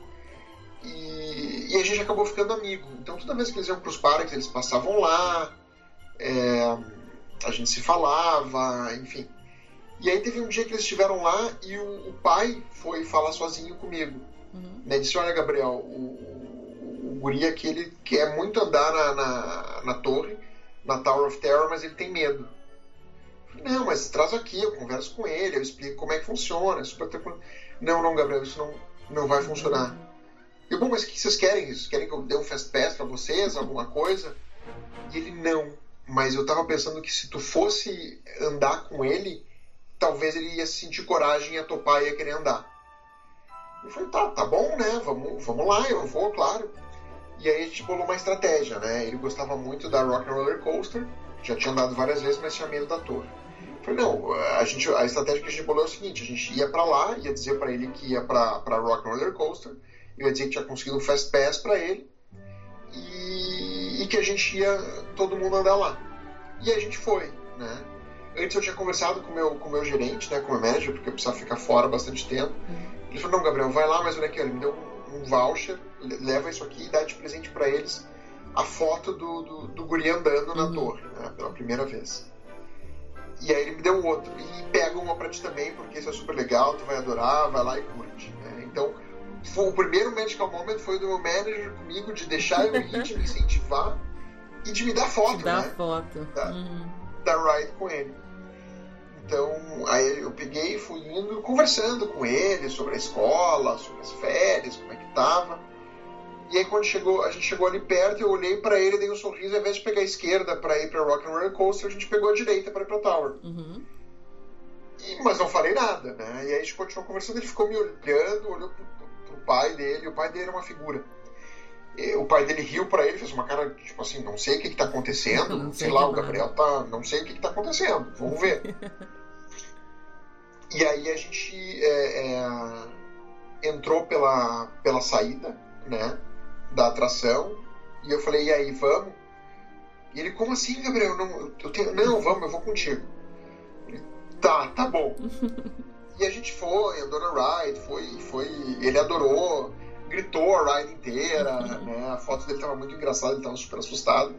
e, e a gente acabou ficando amigo. Então toda vez que eles iam para os parques, eles passavam lá, é, a gente se falava, enfim. E aí teve um dia que eles estiveram lá e o, o pai foi falar sozinho comigo. Uhum. Né, disse, olha, Gabriel, o, o, o guri aqui, ele quer muito andar na, na, na torre, na Tower of Terror, mas ele tem medo. Eu falei, não, mas traz aqui, eu converso com ele, eu explico como é que funciona. É super tranquilo. Não, não, Gabriel, isso não, não vai funcionar. Eu, bom, mas o que vocês querem? Vocês querem que eu dê um Fast Pass pra vocês, alguma coisa? E ele, não. Mas eu tava pensando que se tu fosse andar com ele, talvez ele ia sentir coragem, ia topar e ia querer andar. Eu falei, tá, tá bom, né? Vamos, vamos lá, eu vou, claro. E aí a gente bolou uma estratégia, né? Ele gostava muito da Rock and Roller Coaster, já tinha andado várias vezes, mas tinha medo da torre. Eu falei, não, a, gente, a estratégia que a gente bolou é o seguinte, a gente ia pra lá, ia dizer pra ele que ia pra, pra Rock and Roller Coaster, eu ia dizer que tinha conseguido um Fast Pass pra ele, e, e que a gente ia todo mundo andar lá. E a gente foi, né? Antes eu tinha conversado com meu, o com meu gerente, né, com o meu manager, porque eu precisava ficar fora bastante tempo. Ele falou, não, Gabriel, vai lá, mas olha aqui, ele me deu um, um voucher, leva isso aqui e dá de presente pra eles a foto do, do, do guri andando na uhum. torre, né, pela primeira vez. E aí ele me deu outro, e pega uma pra ti também, porque isso é super legal, tu vai adorar, vai lá e curte. Né? Então, foi, o primeiro Magical Moment foi do meu manager comigo, de deixar eu ir, de me incentivar e de me dar foto, te dar né? foto. Da, uhum. da ride com ele. Então, aí eu peguei e fui indo, conversando com ele sobre a escola, sobre as férias, como é que tava. E aí quando chegou, a gente chegou ali perto, eu olhei pra ele, dei um sorriso, ao invés de pegar a esquerda pra ir pra Rock and Roller Coaster, a gente pegou a direita pra ir pra Tower. Uhum. E, mas não falei nada, né? E aí a gente continuou conversando, ele ficou me olhando, olhou pro, pro pai dele, o pai dele era uma figura. E, o pai dele riu pra ele, fez uma cara, tipo assim, não sei o que que tá acontecendo, não sei, sei lá, o Gabriel tá, não sei o que que tá acontecendo, vamos ver. E aí a gente é, é, entrou pela, pela saída, né, da atração, e eu falei, e aí, vamos? E ele, como assim, Gabriel? Não, eu tenho... não, vamos, eu vou contigo. Ele, tá, tá bom. E a gente foi, andou na ride, foi, foi, ele adorou, gritou a ride inteira, né, a foto dele tava muito engraçada, ele tava super assustado,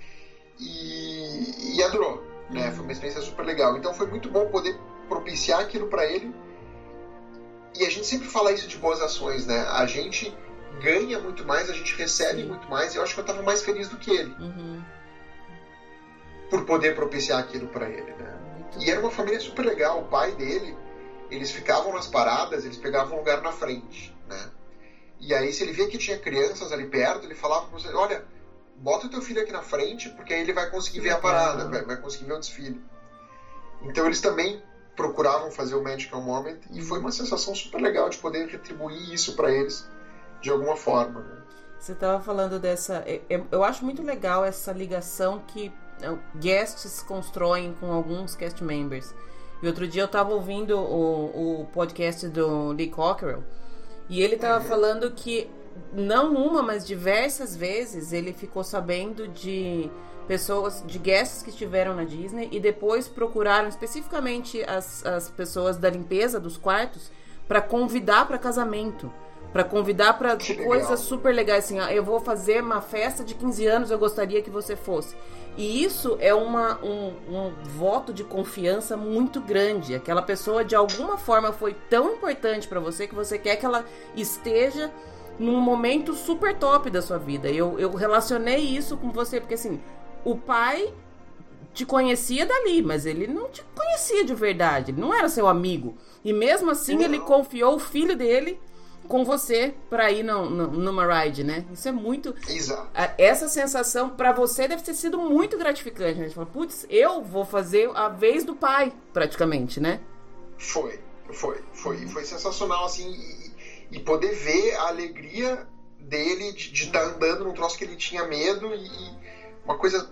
e, e adorou, né, foi uma experiência super legal. Então foi muito bom poder propiciar aquilo para ele. E a gente sempre fala isso de boas ações, né? A gente ganha muito mais, a gente recebe Sim. muito mais, e eu acho que eu tava mais feliz do que ele. Uhum. por poder propiciar aquilo para ele, né? E era uma família super legal. O pai dele, eles ficavam nas paradas, eles pegavam um lugar na frente, né? E aí, se ele via que tinha crianças ali perto, ele falava para você, olha, bota o teu filho aqui na frente, porque aí ele vai conseguir ver a parada, vai, vai conseguir ver o desfile. Então, eles também procuravam fazer o Magical Moment, e foi uma sensação super legal de poder retribuir isso para eles de alguma forma, né? Você estava falando dessa... Eu acho muito legal essa ligação que guests constroem com alguns cast members. E outro dia eu estava ouvindo o, o podcast do Lee Cockerell, e ele estava uhum. falando que não uma, mas diversas vezes ele ficou sabendo de pessoas, de guests que estiveram na Disney e depois procuraram especificamente as, as pessoas da limpeza dos quartos para convidar para casamento. Pra convidar pra coisas super legais, assim, eu vou fazer uma festa de quinze anos, eu gostaria que você fosse. E isso é uma, um, um voto de confiança muito grande. Aquela pessoa, de alguma forma, foi tão importante pra você que você quer que ela esteja num momento super top da sua vida. Eu, eu relacionei isso com você, porque assim, o pai te conhecia dali, mas ele não te conhecia de verdade, ele não era seu amigo. E mesmo assim, ele confiou o filho dele com você pra ir no, no, numa ride, né? Isso é muito... Exato. Essa sensação pra você deve ter sido muito gratificante. A gente fala, putz, eu vou fazer a vez do pai, praticamente, né? Foi, foi, foi. Foi sensacional, assim, e, e poder ver a alegria dele de estar tá andando num troço que ele tinha medo, e, e uma coisa...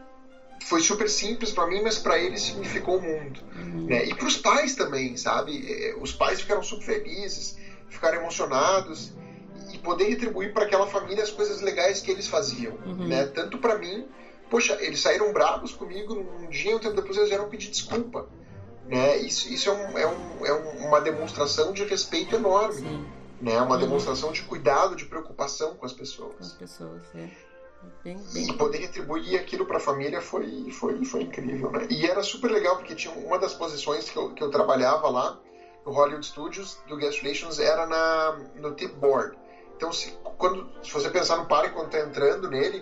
Foi super simples pra mim, mas pra ele significou o mundo. Uhum. Né? E pros pais também, sabe? Os pais ficaram super felizes, ficaram emocionados, e poder retribuir para aquela família as coisas legais que eles faziam, uhum. né? Tanto para mim, poxa, eles saíram bravos comigo num dia, um tempo depois eles vieram pedir desculpa, né? Isso, isso é, um, é, um, é uma demonstração de respeito enorme, Sim. né? Uma uhum. demonstração de cuidado, de preocupação com as pessoas. Com as pessoas, é. Bem, bem... E poder retribuir aquilo para a família foi, foi, foi incrível, né? E era super legal, porque tinha uma das posições que eu, que eu trabalhava lá no Hollywood Studios, do Guest Relations, era na, no tip board. Então, se, quando, se você pensar no parque, quando está entrando nele,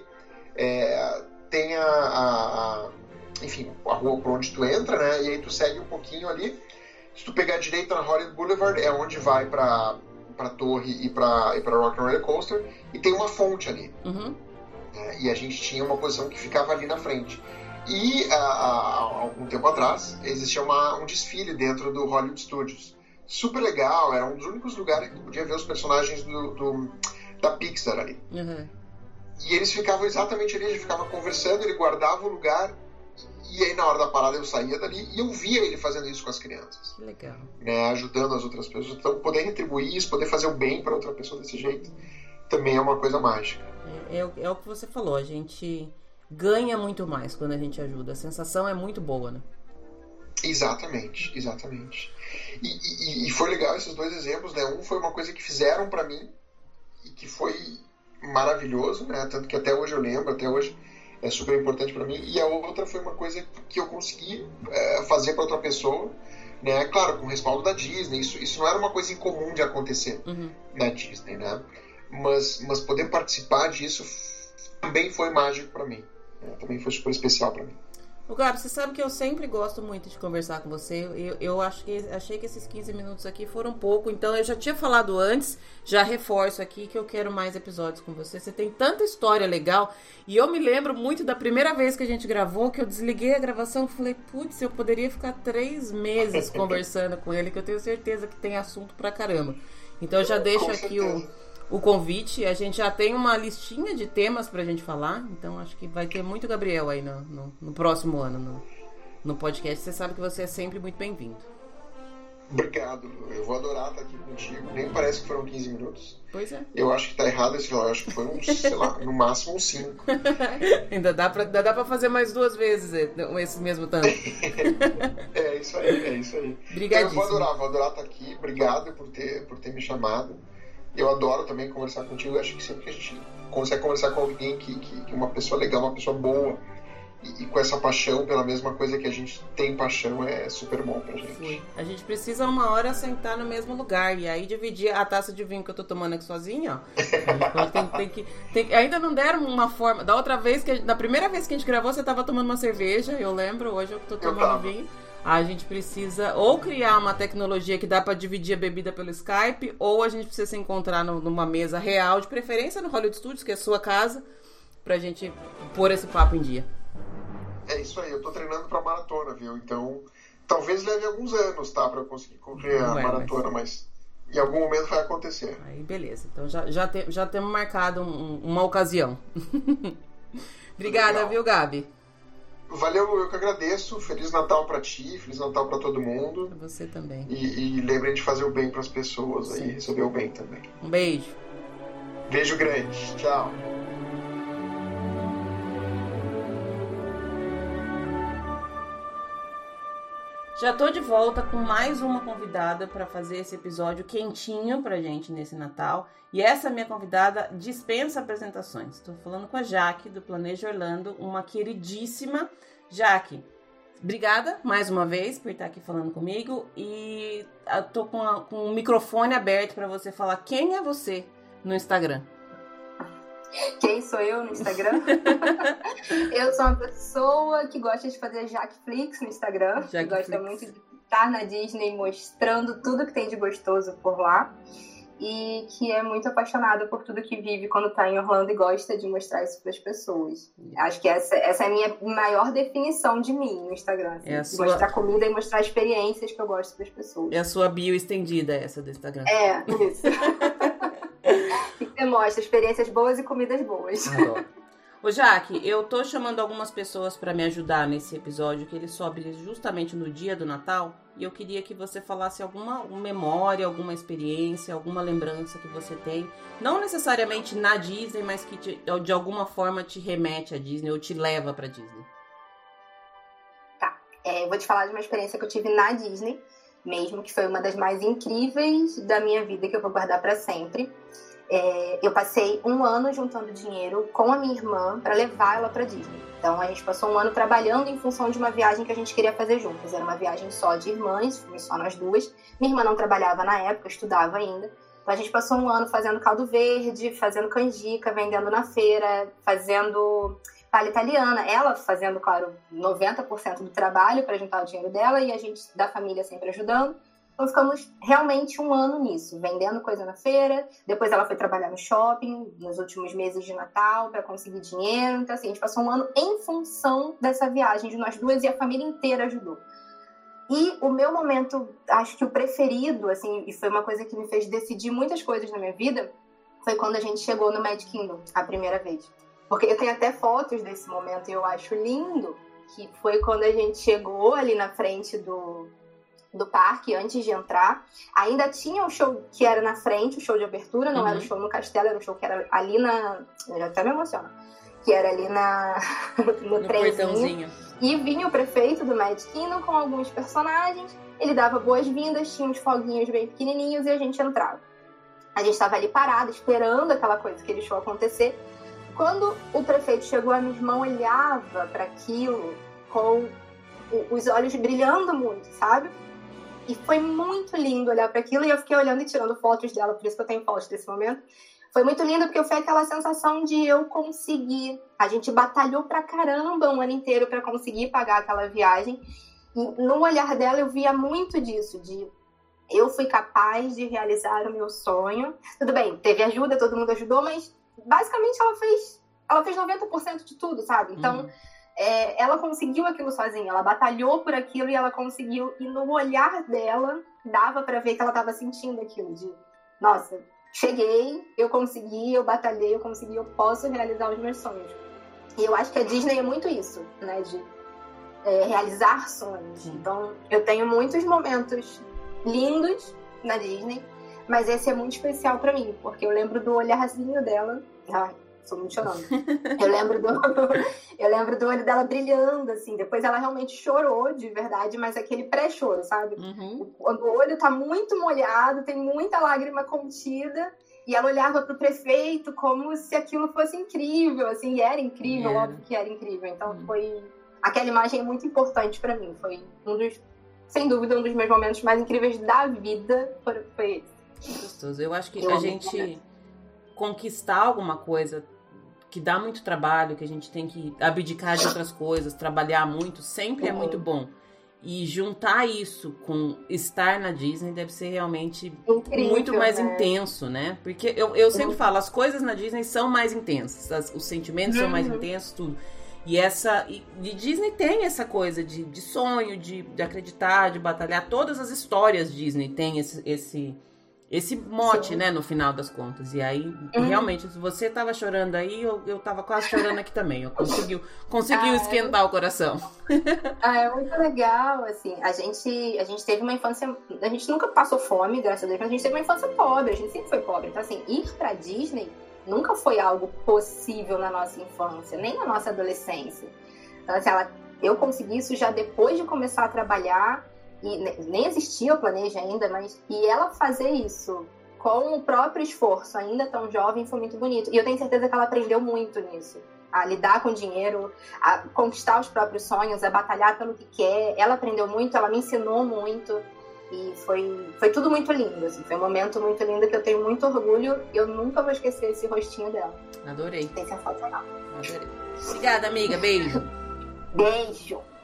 é, tem a, a, enfim, a rua por onde tu entra, né? E aí tu segue um pouquinho ali. Se tu pegar a direita na Hollywood Boulevard, é onde vai para a torre e para e para Rock and Roller Coaster, e tem uma fonte ali. Uhum. É, e a gente tinha uma posição que ficava ali na frente. E há, há algum tempo atrás existia uma, um desfile dentro do Hollywood Studios. Super legal, era um dos únicos lugares que tu podia ver os personagens do, do, da Pixar ali. Uhum. E eles ficavam exatamente ali, a gente ficava conversando, ele guardava o lugar, e aí na hora da parada eu saía dali e eu via ele fazendo isso com as crianças. Que legal. Né, ajudando as outras pessoas. Então poder retribuir isso, poder fazer o bem para outra pessoa desse jeito, também é uma coisa mágica. É, é, é o que você falou, a gente ganha muito mais quando a gente ajuda. A sensação é muito boa, né? Exatamente, exatamente. E, e, e foi legal esses dois exemplos, né? Um foi uma coisa que fizeram pra mim e que foi maravilhoso, né? Tanto que até hoje eu lembro, até hoje é super importante pra mim. E a outra foi uma coisa que eu consegui é, fazer pra outra pessoa, né? Claro, com o respaldo da Disney. Isso, isso não era uma coisa incomum de acontecer uhum. na Disney, né? Mas, mas poder participar disso também foi mágico pra mim. Né? Também foi super especial pra mim. O Gabi, você sabe que eu sempre gosto muito de conversar com você. Eu, eu acho que, achei que esses quinze minutos aqui foram pouco. Então eu já tinha falado antes, já reforço aqui que eu quero mais episódios com você. Você tem tanta história legal. E eu me lembro muito da primeira vez que a gente gravou, que eu desliguei a gravação e falei, putz, eu poderia ficar três meses conversando com ele, que eu tenho certeza que tem assunto pra caramba. Então eu já deixo aqui o... o convite, a gente já tem uma listinha de temas pra gente falar, então acho que vai ter muito Gabriel aí no, no, no próximo ano no, no podcast. Você sabe que você é sempre muito bem-vindo. Obrigado, eu vou adorar estar aqui contigo. Nem parece que foram quinze minutos. Pois é. Eu acho que tá errado esse relógio, acho que foi uns, sei lá, no máximo uns cinco. ainda, dá pra, ainda dá pra fazer mais duas vezes esse mesmo tanto. é isso aí, é isso aí. Obrigadíssimo. Então, eu vou adorar, vou adorar estar aqui. Obrigado por ter, por ter me chamado. Eu adoro também conversar contigo. Eu acho que sempre que a gente consegue conversar com alguém que, que, que uma pessoa legal, uma pessoa boa e, e com essa paixão pela mesma coisa que a gente tem paixão é super bom pra gente. Sim. A gente precisa uma hora sentar no mesmo lugar e aí dividir a taça de vinho que eu tô tomando aqui sozinha, ó. tem, tem que, tem, ainda não deram uma forma. Da outra vez, que da primeira vez que a gente gravou, você tava tomando uma cerveja, eu lembro, hoje eu tô tomando vinho. A gente precisa ou criar uma tecnologia que dá para dividir a bebida pelo Skype, ou a gente precisa se encontrar no, numa mesa real, de preferência no Hollywood Studios, que é a sua casa, pra gente pôr esse papo em dia. É isso aí, eu tô treinando pra maratona, viu? Então, talvez leve alguns anos, tá? Pra eu conseguir correr a é, maratona, mas... mas em algum momento vai acontecer. Aí, beleza. Então, já, já, te, já temos marcado um, uma ocasião. Obrigada, legal. Viu, Gabi? Valeu, eu que agradeço. Feliz Natal pra ti, Feliz Natal pra todo mundo. Pra você também. E, e lembrem de fazer o bem pras pessoas. Sim. Aí, receber o bem também. Um beijo. Beijo grande. Tchau. Já tô de volta com mais uma convidada para fazer esse episódio quentinho pra gente nesse Natal. E essa minha convidada dispensa apresentações. Estou falando com a Jaque, do Planeja Orlando, uma queridíssima. Jaque, obrigada mais uma vez por estar aqui falando comigo. E eu tô com, a, com o microfone aberto para você falar quem é você no Instagram. Quem sou eu no Instagram? Eu sou uma pessoa que gosta de fazer Jaqueflix no Instagram. Que gosta muito de estar na Disney mostrando tudo que tem de gostoso por lá. E que é muito apaixonada por tudo que vive quando está em Orlando e gosta de mostrar isso para as pessoas. Acho que essa, essa é a minha maior definição de mim no Instagram. Assim, é sua... Mostrar comida e mostrar experiências que eu gosto para as pessoas. É a sua bio estendida essa do Instagram. É, isso. Que você mostra experiências boas e comidas boas. Adoro. Ô Jaque, eu tô chamando algumas pessoas para me ajudar nesse episódio, que ele sobe justamente no dia do Natal, e eu queria que você falasse alguma memória, alguma experiência, alguma lembrança que você tem, não necessariamente na Disney, mas que te, de alguma forma te remete à Disney ou te leva pra Disney. Tá, é, eu vou te falar de uma experiência que eu tive na Disney, mesmo, que foi uma das mais incríveis da minha vida, que eu vou guardar para sempre. É, eu passei um ano juntando dinheiro com a minha irmã para levar ela para Disney. Então a gente passou um ano trabalhando em função de uma viagem que a gente queria fazer juntas. Era uma viagem só de irmãs, fomos só nós duas. Minha irmã não trabalhava na época, estudava ainda. Então a gente passou um ano fazendo caldo verde, fazendo canjica, vendendo na feira, fazendo palha italiana. Ela fazendo, claro, noventa por cento do trabalho para juntar o dinheiro dela e a gente da família sempre ajudando. Então ficamos realmente um ano nisso, vendendo coisa na feira. Depois ela foi trabalhar no shopping nos últimos meses de Natal para conseguir dinheiro. Então assim, a gente passou um ano em função dessa viagem de nós duas e a família inteira ajudou. E o meu momento, acho que o preferido, assim, e foi uma coisa que me fez decidir muitas coisas na minha vida, foi quando a gente chegou no Magic Kingdom, a primeira vez. Porque eu tenho até fotos desse momento e eu acho lindo, que foi quando a gente chegou ali na frente do... do parque, antes de entrar. Ainda tinha o show que era na frente, o show de abertura, não uhum. era o show no castelo, era o show que era ali na... Eu já até me emociono. Que era ali na... no, no trenzinho. E vinha o prefeito do Magic Kingdom com alguns personagens, ele dava boas-vindas, tinha uns foguinhos bem pequenininhos e a gente entrava. A gente estava ali parado, esperando aquela coisa, aquele show acontecer. Quando o prefeito chegou, a minha irmã olhava para aquilo com os olhos brilhando muito, sabe? E foi muito lindo olhar para aquilo e eu fiquei olhando e tirando fotos dela, por isso que eu tenho fotos desse momento. Foi muito lindo porque foi aquela sensação de eu conseguir. A gente batalhou pra caramba um ano inteiro para conseguir pagar aquela viagem. E no olhar dela eu via muito disso, de eu fui capaz de realizar o meu sonho. Tudo bem, teve ajuda, todo mundo ajudou, mas basicamente ela fez, ela fez noventa por cento de tudo, sabe? Então... Uhum. É, ela conseguiu aquilo sozinha, ela batalhou por aquilo e ela conseguiu, e no olhar dela dava pra ver que ela tava sentindo aquilo de, nossa, cheguei, eu consegui, eu batalhei, eu consegui, eu posso realizar os meus sonhos. E eu acho que a Disney é muito isso, né, de é, realizar sonhos. Então eu tenho muitos momentos lindos na Disney, mas esse é muito especial pra mim, porque eu lembro do olharzinho dela. Ai, Sou muito chorando. Eu lembro, do, eu lembro do olho dela brilhando, assim. Depois ela realmente chorou, de verdade, mas aquele pré-choro, sabe? Uhum. Quando o olho tá muito molhado, tem muita lágrima contida, E ela olhava para o prefeito como se aquilo fosse incrível, assim, e era incrível, yeah. óbvio que era incrível. Então hum. foi... Aquela imagem é muito importante para mim. Foi um dos, sem dúvida, um dos meus momentos mais incríveis da vida. Foi esse. Gostoso. Eu acho que Eu a gente conquistar alguma coisa que dá muito trabalho, que a gente tem que abdicar de outras coisas, trabalhar muito, sempre uhum. é muito bom. E juntar isso com estar na Disney deve ser realmente incrível, muito mais né? intenso, né? Porque eu, eu sempre falo, as coisas na Disney são mais intensas, as, os sentimentos uhum. são mais intensos, tudo. E essa e, e Disney tem essa coisa de, de sonho, de, de acreditar, de batalhar. Todas as histórias Disney tem esse, esse, esse mote, Sim. né, no final das contas. E aí, uhum. realmente, se você tava chorando aí, eu, eu tava quase chorando aqui também. Eu conseguiu, conseguiu ah, esquentar é... o coração. Ah, é muito legal, assim. A gente, a gente teve uma infância... A gente nunca passou fome, graças a Deus, mas a gente teve uma infância pobre. A gente sempre foi pobre. Então, assim, ir pra Disney nunca foi algo possível na nossa infância, nem na nossa adolescência. Então, assim, ela, eu consegui isso já depois de começar a trabalhar, e nem existia o Planeja ainda, mas e ela fazer isso com o próprio esforço, ainda tão jovem, foi muito bonito. E eu tenho certeza que ela aprendeu muito nisso. A lidar com dinheiro, a conquistar os próprios sonhos, a batalhar pelo que quer. Ela aprendeu muito, ela me ensinou muito. E foi, foi tudo muito lindo, assim. Foi um momento muito lindo que eu tenho muito orgulho. E eu nunca vou esquecer esse rostinho dela. Adorei. Tem sensacional. Adorei. Obrigada, amiga. Beijo. Beijo.